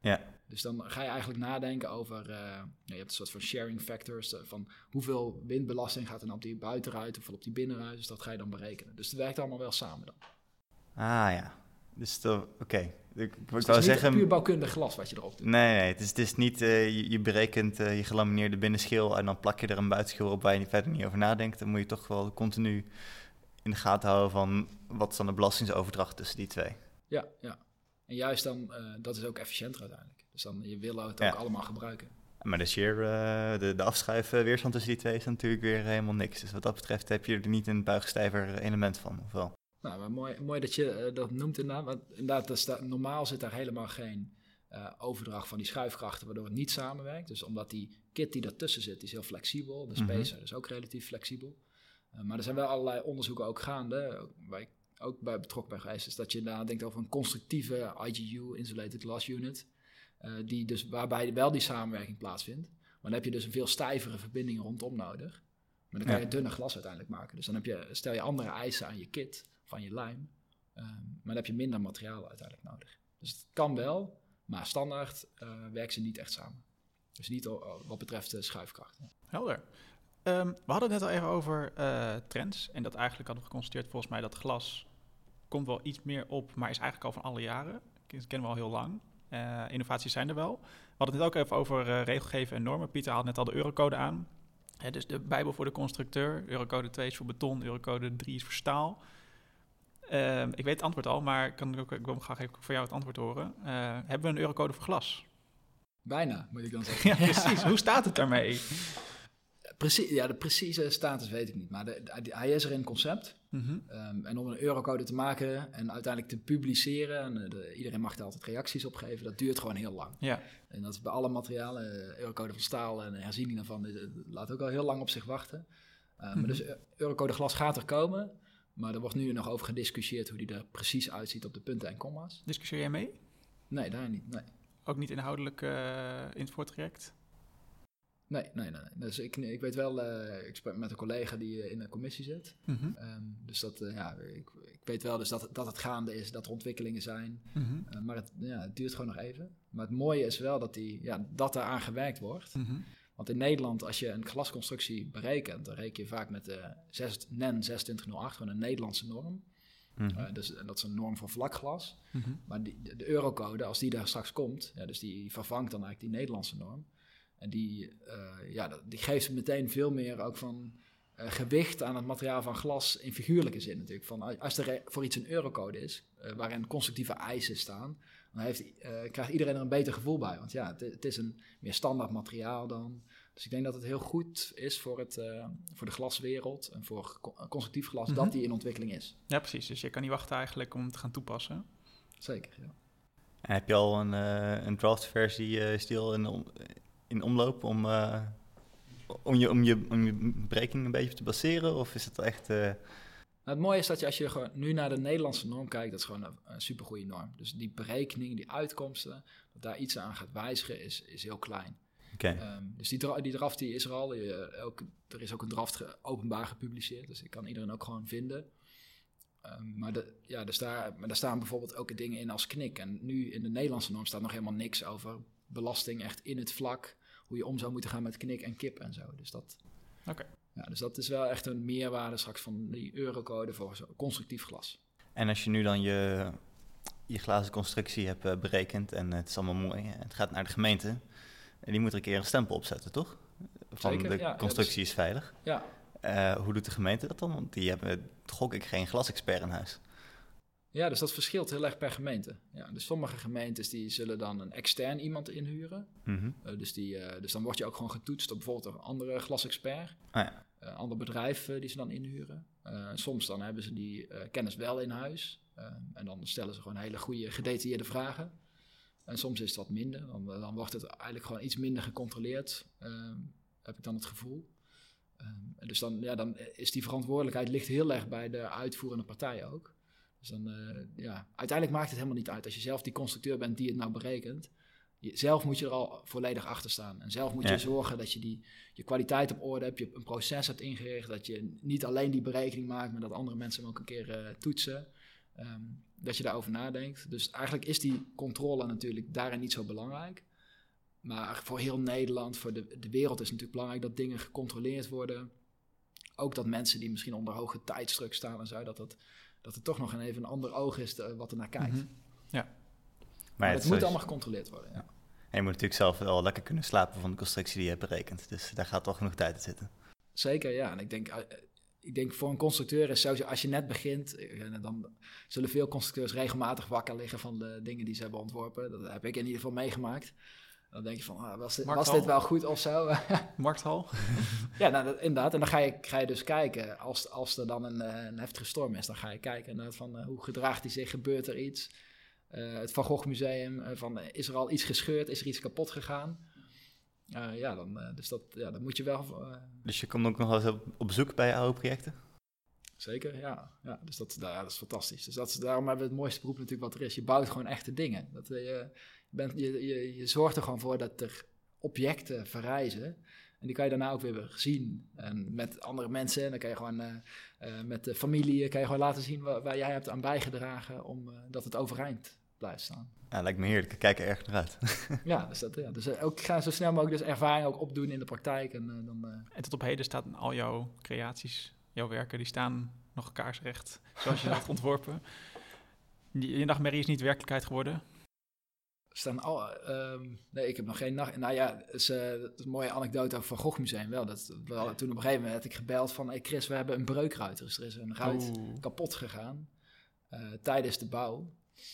Ja. Dus dan ga je eigenlijk nadenken over, je hebt een soort van sharing factors, van hoeveel windbelasting gaat er nou op die buitenruit of op die binnenruit, dus dat ga je dan berekenen. Dus het werkt allemaal wel samen dan. Ah ja, dus oké. Ik Dus wou het is zeggen... niet puur bouwkundig glas wat je erop doet. Nee, het is niet, je berekent je gelamineerde binnenschil en dan plak je er een buitenschil op waar je verder niet over nadenkt. Dan moet je toch wel continu in de gaten houden van wat is dan de belastingsoverdracht tussen die twee. Ja. En juist dan, dat is ook efficiënter uiteindelijk. Dus dan, je wil het ook allemaal gebruiken. Maar de shear, de afschuifweerstand tussen die twee is natuurlijk weer helemaal niks. Dus wat dat betreft heb je er niet een buigstijver element van, of wel? Nou, maar mooi dat je dat noemt inderdaad. Want inderdaad, normaal zit daar helemaal geen overdracht van die schuifkrachten, waardoor het niet samenwerkt. Dus omdat die kit die daartussen zit, die is heel flexibel. De spacer is ook relatief flexibel. Maar er zijn wel allerlei onderzoeken ook gaande, waar ik ook bij betrokken ben geweest, is dat je nadenkt over een constructieve IGU, Insulated Glass Unit, waarbij wel die samenwerking plaatsvindt. Maar dan heb je dus een veel stijvere verbinding rondom nodig. Maar dan kan je dunner glas uiteindelijk maken. Dus dan stel je andere eisen aan je kit van je lijm, maar dan heb je minder materiaal uiteindelijk nodig. Dus het kan wel, maar standaard werken ze niet echt samen. Dus niet wat betreft de schuifkrachten. Helder. We hadden het net al even over trends. En dat eigenlijk hadden we geconstateerd volgens mij dat glas komt wel iets meer op, maar is eigenlijk al van alle jaren. Dat kennen we al heel lang. Innovaties zijn er wel. We hadden het net ook even over regelgeving en normen. Pieter haalde net al de eurocode aan. Dus de Bijbel voor de constructeur. Eurocode 2 is voor beton, Eurocode 3 is voor staal. Ik weet het antwoord al, maar ik wil graag even van jou het antwoord horen. Hebben we een eurocode voor glas? Bijna, moet ik dan zeggen. Ja, precies. Hoe staat het daarmee? De precieze status weet ik niet, maar hij is er in concept. En om een eurocode te maken en uiteindelijk te publiceren, en iedereen mag er altijd reacties op geven, dat duurt gewoon heel lang. Ja. En dat is bij alle materialen, eurocode van staal en de herziening daarvan, laat ook al heel lang op zich wachten. Maar dus eurocode glas gaat er komen, maar er wordt nu nog over gediscussieerd hoe die er precies uitziet op de punten en komma's. Discussieer jij mee? Nee, daar niet, nee. Ook niet inhoudelijk in het voortraject? Nee. Dus ik weet wel, ik spreek met een collega die in de commissie zit. Dus ik weet wel dus dat het gaande is, dat er ontwikkelingen zijn. Maar het duurt gewoon nog even. Maar het mooie is wel dat er aan gewerkt wordt. Want in Nederland, als je een glasconstructie berekent, dan reken je vaak met de NEN 2608, gewoon een Nederlandse norm. Dus dat is een norm voor vlakglas. Maar de eurocode, als die daar straks komt, dus die vervangt dan eigenlijk die Nederlandse norm. En die geeft meteen veel meer ook van gewicht aan het materiaal van glas in figuurlijke zin natuurlijk. Van, als er voor iets een eurocode is, waarin constructieve eisen staan, dan krijgt iedereen er een beter gevoel bij. Want het is een meer standaard materiaal dan. Dus ik denk dat het heel goed is voor de glaswereld en voor constructief glas dat die in ontwikkeling is. Ja, precies. Dus je kan niet wachten eigenlijk om het te gaan toepassen. Zeker, ja. En heb je al een draftversie stil in omloop om je berekening een beetje te baseren? Of is het echt... Het mooie is dat als je gewoon nu naar de Nederlandse norm kijkt, dat is gewoon een supergoeie norm. Dus die berekening, die uitkomsten, dat daar iets aan gaat wijzigen, is heel klein. Okay. Dus die draft die is er al. Er is ook een draft openbaar gepubliceerd, dus ik kan iedereen ook gewoon vinden. Maar daar staan bijvoorbeeld ook dingen in als knik. En nu in de Nederlandse norm staat nog helemaal niks over belasting echt in het vlak, hoe je om zou moeten gaan met knik en kip en zo. Dus dus dat is wel echt een meerwaarde straks van die eurocode voor constructief glas. En als je nu dan je glazen constructie hebt berekend en het is allemaal mooi, het gaat naar de gemeente, en die moet er een keer een stempel op zetten, toch? Van Zeker, de constructie is veilig. Ja. Hoe doet de gemeente dat dan? Want die hebben, gok ik, geen glasexpert in huis. Ja, dus dat verschilt heel erg per gemeente. Ja, dus sommige gemeentes die zullen dan een extern iemand inhuren. Dus dan word je ook gewoon getoetst op bijvoorbeeld een andere glasexpert. Een ander bedrijf die ze dan inhuren. Soms dan hebben ze die kennis wel in huis. En dan stellen ze gewoon hele goede gedetailleerde vragen. En soms is het wat minder. Dan wordt het eigenlijk gewoon iets minder gecontroleerd. Heb ik dan het gevoel. Dus dan is die verantwoordelijkheid ligt heel erg bij de uitvoerende partij ook. Dus dan, uiteindelijk maakt het helemaal niet uit. Als je zelf die constructeur bent die het nou berekent, zelf moet je er al volledig achter staan. En zelf moet je zorgen dat je je kwaliteit op orde hebt, je een proces hebt ingericht, dat je niet alleen die berekening maakt, maar dat andere mensen hem ook een keer toetsen. Dat je daarover nadenkt. Dus eigenlijk is die controle natuurlijk daarin niet zo belangrijk. Maar voor heel Nederland, voor de wereld is het natuurlijk belangrijk dat dingen gecontroleerd worden. Ook dat mensen die misschien onder hoge tijdsdruk staan en zo, dat het toch nog even een ander oog is wat er naar kijkt. Mm-hmm. Ja. Maar het moet allemaal gecontroleerd worden. Ja. En je moet natuurlijk zelf wel lekker kunnen slapen van de constructie die je hebt berekend. Dus daar gaat toch genoeg tijd in zitten. Zeker, ja. En ik denk voor een constructeur is sowieso, als je net begint, dan zullen veel constructeurs regelmatig wakker liggen van de dingen die ze hebben ontworpen. Dat heb ik in ieder geval meegemaakt. Dan denk je van, was dit wel goed of zo? Markthal? Ja, inderdaad. En dan ga je dus kijken, als er dan een heftige storm is, dan ga je kijken van hoe gedraagt hij zich, gebeurt er iets? Het Van Gogh Museum, is er al iets gescheurd, is er iets kapot gegaan? Dan moet je wel... Dus je komt ook nog wel eens op bezoek bij je oude projecten? Zeker, ja. Dus dat is fantastisch. Dus daarom hebben we het mooiste beroep natuurlijk wat er is. Je bouwt gewoon echte dingen. Je zorgt er gewoon voor dat er objecten verrijzen. En die kan je daarna ook weer zien. En met andere mensen. En dan kan je gewoon met de familie kan je gewoon laten zien waar jij hebt aan bijgedragen om dat het overeind blijft staan. Ja, lijkt me heerlijk. Ik kijk er erg naar uit. Ja, dus ook ga zo snel mogelijk dus ervaring ook opdoen in de praktijk. En tot op heden staan al jouw creaties, jouw werken, die staan nog kaarsrecht, zoals je dat had ontworpen. Je nachtmerrie is niet werkelijkheid geworden? Nee, ik heb nog geen nacht... Nou ja, dat is een mooie anekdote over Van Gogh Museum wel. Toen op een gegeven moment werd ik gebeld van... Hey Chris, we hebben een breukruit. Dus er is een ruit kapot gegaan tijdens de bouw.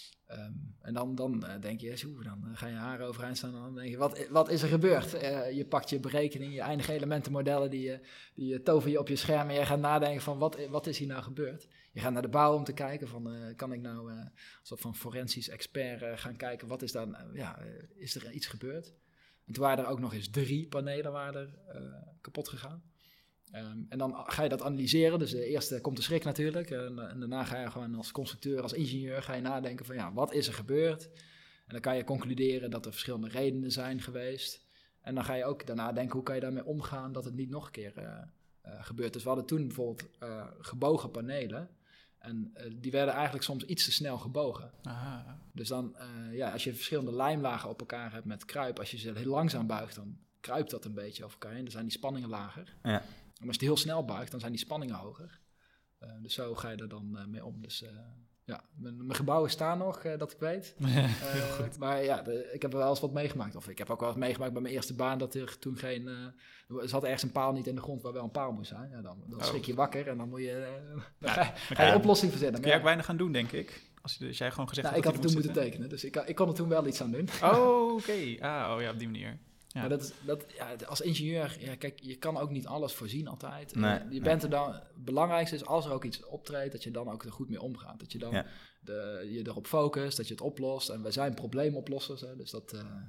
En dan denk je, dan ga je haren overeind staan en dan denk je, wat is er gebeurd? Je pakt je berekening, je eindige elementenmodellen, die tover je op je scherm en je gaat nadenken van, wat is hier nou gebeurd? Je gaat naar de bouw om te kijken van, kan ik nou als soort van forensisch expert gaan kijken, wat is dan, is er iets gebeurd? En toen waren er ook nog eens 3 panelen kapot gegaan. En dan ga je dat analyseren. Dus eerst komt de schrik natuurlijk. En daarna ga je gewoon als constructeur, als ingenieur, ga je nadenken van wat is er gebeurd? En dan kan je concluderen dat er verschillende redenen zijn geweest. En dan ga je ook daarna denken, hoe kan je daarmee omgaan dat het niet nog een keer gebeurt. Dus we hadden toen bijvoorbeeld gebogen panelen. En die werden eigenlijk soms iets te snel gebogen. Aha. Dus dan, als je verschillende lijmlagen op elkaar hebt met kruip, als je ze heel langzaam buigt, dan kruipt dat een beetje over elkaar heen. Dan zijn die spanningen lager. Ja. Maar als je het heel snel buigt, dan zijn die spanningen hoger. Dus zo ga je er dan mee om. Dus mijn gebouwen staan nog, dat ik weet. Maar ik heb er wel eens wat meegemaakt. Of ik heb ook wel eens meegemaakt bij mijn eerste baan dat er toen geen... er zat ergens een paal niet in de grond waar wel een paal moest zijn. Ja, dan schrik je wakker en dan moet je... ga je een oplossing verzinnen. Kun je ook weinig aan doen, denk ik. Als jij gewoon gezegd had ik had het toen moeten tekenen. Dus ik kon er toen wel iets aan doen. Oh, oké. Op die manier. Ja. Maar als ingenieur, kijk, je kan ook niet alles voorzien altijd. Nee, bent er dan, het belangrijkste is als er ook iets optreedt, dat je dan ook er goed mee omgaat. Dat je dan je erop focust, dat je het oplost. En wij zijn probleemoplossers, hè, dus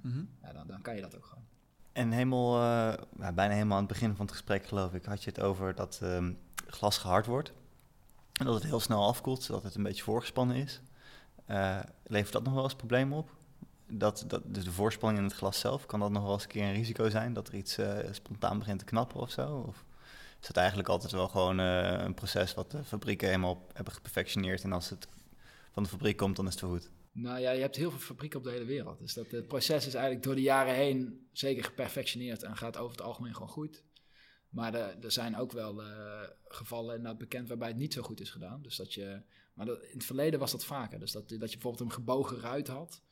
dan kan je dat ook gewoon. En bijna helemaal aan het begin van het gesprek, geloof ik, had je het over dat glas gehard wordt. En dat het heel snel afkoelt, zodat het een beetje voorgespannen is. Levert dat nog wel eens problemen op? Dus de voorspanning in het glas zelf, kan dat nog wel eens een keer een risico zijn? Dat er iets spontaan begint te knappen of zo? Of is dat eigenlijk altijd wel gewoon een proces wat de fabrieken helemaal hebben geperfectioneerd en als het van de fabriek komt, dan is het vergoed? Nou ja, je hebt heel veel fabrieken op de hele wereld. Dus het proces is eigenlijk door de jaren heen zeker geperfectioneerd en gaat over het algemeen gewoon goed. Maar er zijn ook wel gevallen inderdaad bekend waarbij het niet zo goed is gedaan. Dus in het verleden was dat vaker. Dus dat je bijvoorbeeld een gebogen ruit had.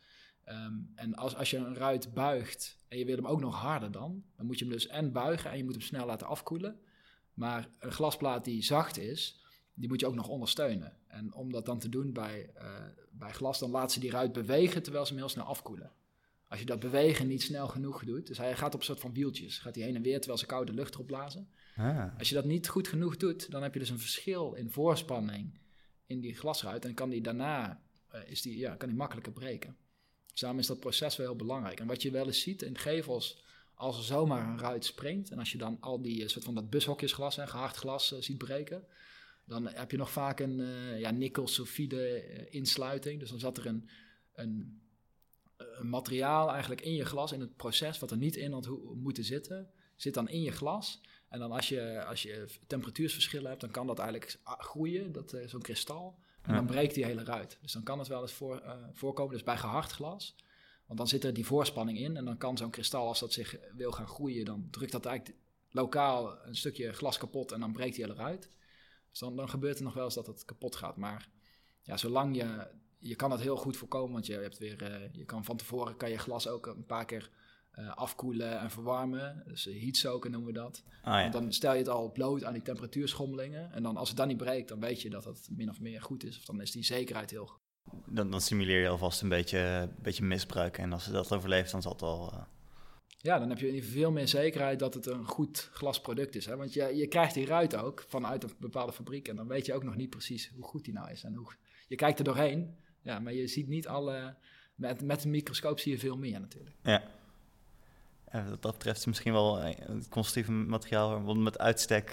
En als je een ruit buigt en je wil hem ook nog harder dan moet je hem dus buigen en je moet hem snel laten afkoelen. Maar een glasplaat die zacht is, die moet je ook nog ondersteunen. En om dat dan te doen bij glas, dan laat ze die ruit bewegen terwijl ze hem heel snel afkoelen. Als je dat bewegen niet snel genoeg doet, dus hij gaat op een soort van wieltjes, gaat hij heen en weer terwijl ze koude lucht erop blazen. Als je dat niet goed genoeg doet, dan heb je dus een verschil in voorspanning in die glasruit en kan die daarna kan die makkelijker breken. Dus daarom is dat proces wel heel belangrijk. En wat je wel eens ziet in gevels, als er zomaar een ruit springt en als je dan al die soort van dat bushokjesglas, gehard glas ziet breken, dan heb je nog vaak een nikkel-sulfide insluiting. Dus dan zat er een materiaal eigenlijk in je glas, in het proces, wat er niet in had moeten zitten, zit dan in je glas. En dan als je temperatuursverschillen hebt, dan kan dat eigenlijk groeien, zo'n kristal. En dan breekt die hele ruit. Dus dan kan het wel eens voorkomen, dus bij gehard glas. Want dan zit er die voorspanning in en dan kan zo'n kristal, als dat zich wil gaan groeien, dan drukt dat eigenlijk lokaal een stukje glas kapot en dan breekt die hele ruit. Dus dan gebeurt er nog wel eens dat het kapot gaat. Maar ja, zolang je kan het heel goed voorkomen, want je kan van tevoren kan je glas ook een paar keer afkoelen en verwarmen. Dus heatsoken noemen we dat. Want dan stel je het al bloot aan die temperatuurschommelingen. En dan als het dan niet breekt, dan weet je dat het min of meer goed is. Of dan is die zekerheid heel goed. Dan simuleer je alvast een beetje misbruik. En als je dat overleeft, dan zal het wel... Ja, dan heb je in ieder geval veel meer zekerheid dat het een goed glasproduct is. Hè? Want je krijgt die ruit ook vanuit een bepaalde fabriek. En dan weet je ook nog niet precies hoe goed die nou is. En je kijkt er doorheen, ja, maar je ziet niet alle... Met een microscoop zie je veel meer natuurlijk. Ja. En wat dat betreft is misschien wel het constructieve materiaal met uitstek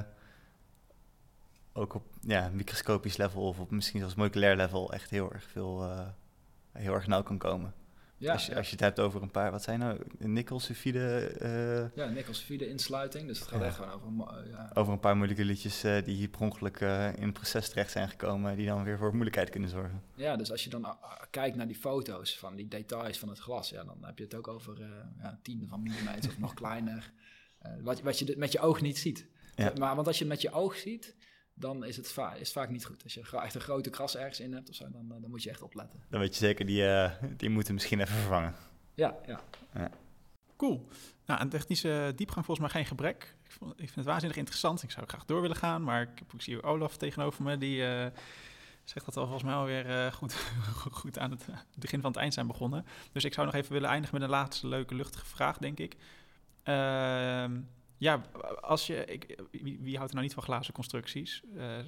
ook op microscopisch level of op misschien zelfs moleculair level echt heel erg nauw kan komen. Ja, als je het hebt over een paar, wat zijn nou, nikkelsulfide? Ja, nikkelsulfide insluiting, dus het gaat echt gewoon over... Over een paar moleculetjes die hier per ongeluk in een proces terecht zijn gekomen, die dan weer voor moeilijkheid kunnen zorgen. Ja, dus als je dan kijkt naar die foto's van die details van het glas, ja, dan heb je het ook over tienden van millimeter of nog kleiner. Wat je met je oog niet ziet. Ja. Maar want als je het met je oog ziet, dan is het vaak niet goed. Als je echt een grote kras ergens in hebt of zo, dan moet je echt opletten. Dan weet je zeker, die moeten misschien even vervangen. Ja. Cool. Nou, een technische diepgang volgens mij geen gebrek. Ik vind het waanzinnig interessant. Ik zou graag door willen gaan, maar ik zie Olaf tegenover me. Die zegt dat we volgens mij alweer goed aan het begin van het eind zijn begonnen. Dus ik zou nog even willen eindigen met een laatste leuke luchtige vraag, denk ik. Ja, wie houdt er nou niet van glazen constructies,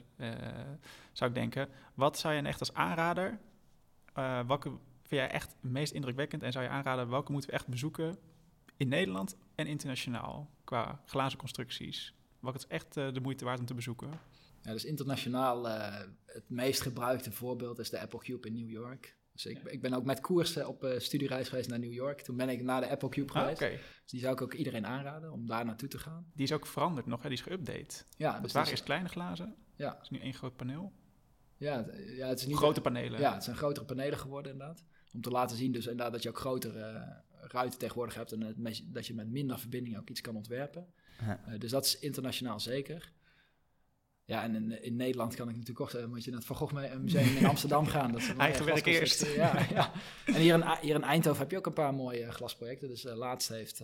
zou ik denken. Wat zou je echt als aanrader, welke vind jij echt het meest indrukwekkend en zou je aanraden, welke moeten we echt bezoeken in Nederland en internationaal qua glazen constructies? Welke is echt de moeite waard om te bezoeken? Ja, dus internationaal het meest gebruikte voorbeeld is de Apple Cube in New York. Dus ik ben ook met koers op studiereis geweest naar New York. Toen ben ik naar de Apple Cube geweest. Okay. Dus die zou ik ook iedereen aanraden om daar naartoe te gaan. Die is ook veranderd nog, hè? Die is geüpdate. Ja, dus waren eerst kleine glazen. Ja. Het is nu één groot paneel. Ja, het is niet grote panelen. Ja, het zijn grotere panelen geworden inderdaad. Om te laten zien dus inderdaad dat je ook grotere ruiten tegenwoordig hebt. En dat je met minder verbinding ook iets kan ontwerpen. Ja. Dus dat is internationaal zeker. Ja, en in Nederland kan ik natuurlijk ook, moet je naar het Van Gogh Museum in Amsterdam gaan. Dat is eigen werk eerst. Ja. En hier in Eindhoven heb je ook een paar mooie glasprojecten. Dus laatst heeft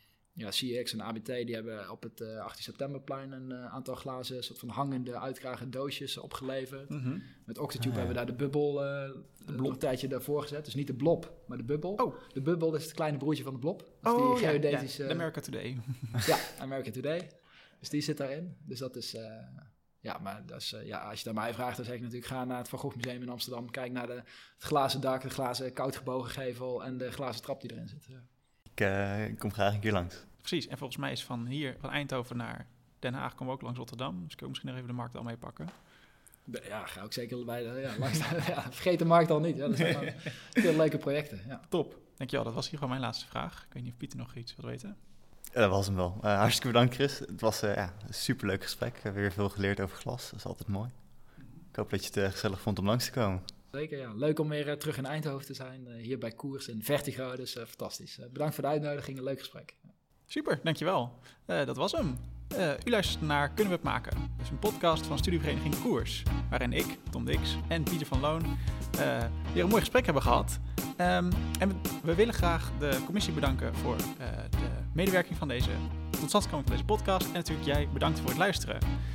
CX en ABT, die hebben op het 18 septemberplein een aantal glazen, soort van hangende, uitkragende doosjes opgeleverd. Mm-hmm. Met Octotube hebben we daar de bubbel een tijdje daarvoor gezet. Dus niet de blob, maar de bubbel. Oh. De bubbel is het kleine broertje van de blob. Dus die geodesische... de America Today. Ja, America Today. Dus die zit daarin. Dus dat is... maar dat is, als je dat mij vraagt, dan zeg ik natuurlijk, ga naar het Van Gogh Museum in Amsterdam. Kijk naar het glazen dak, de glazen koudgebogen gevel en de glazen trap die erin zit. Ja. Ik kom graag een keer langs. Precies, en volgens mij is van Eindhoven naar Den Haag komen we ook langs Rotterdam. Dus ik kan misschien nog even de markt al mee pakken. Ja, ga ook zeker bij vergeet de markt al niet. Ja, dat zijn veel leuke projecten. Ja. Top, dankjewel. Dat was hier gewoon mijn laatste vraag. Ik weet niet of Pieter nog iets wil weten. Dat was hem wel. Hartstikke bedankt, Chris. Het was een superleuk gesprek. We hebben weer veel geleerd over glas. Dat is altijd mooi. Ik hoop dat je het gezellig vond om langs te komen. Zeker, ja. Leuk om weer terug in Eindhoven te zijn. Hier bij Koers in Vertigo. Dus fantastisch. Bedankt voor de uitnodiging. Een leuk gesprek. Super, dankjewel. Dat was hem. U luistert naar Kunnen we het maken? Dus een podcast van studievereniging Koers. Waarin ik, Tom Dix en Pieter van Loon weer een mooi gesprek hebben gehad. En we willen graag de commissie bedanken voor de medewerking van totstandkoming van deze podcast. En natuurlijk jij bedankt voor het luisteren.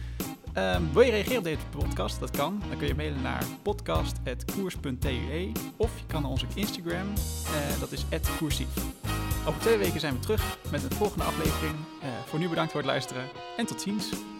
Wil je reageren op deze podcast? Dat kan. Dan kun je mailen naar podcast@koers.tue of je kan naar onze Instagram. Dat is @koersief. Over 2 weken zijn we terug met een volgende aflevering. Voor nu bedankt voor het luisteren en tot ziens.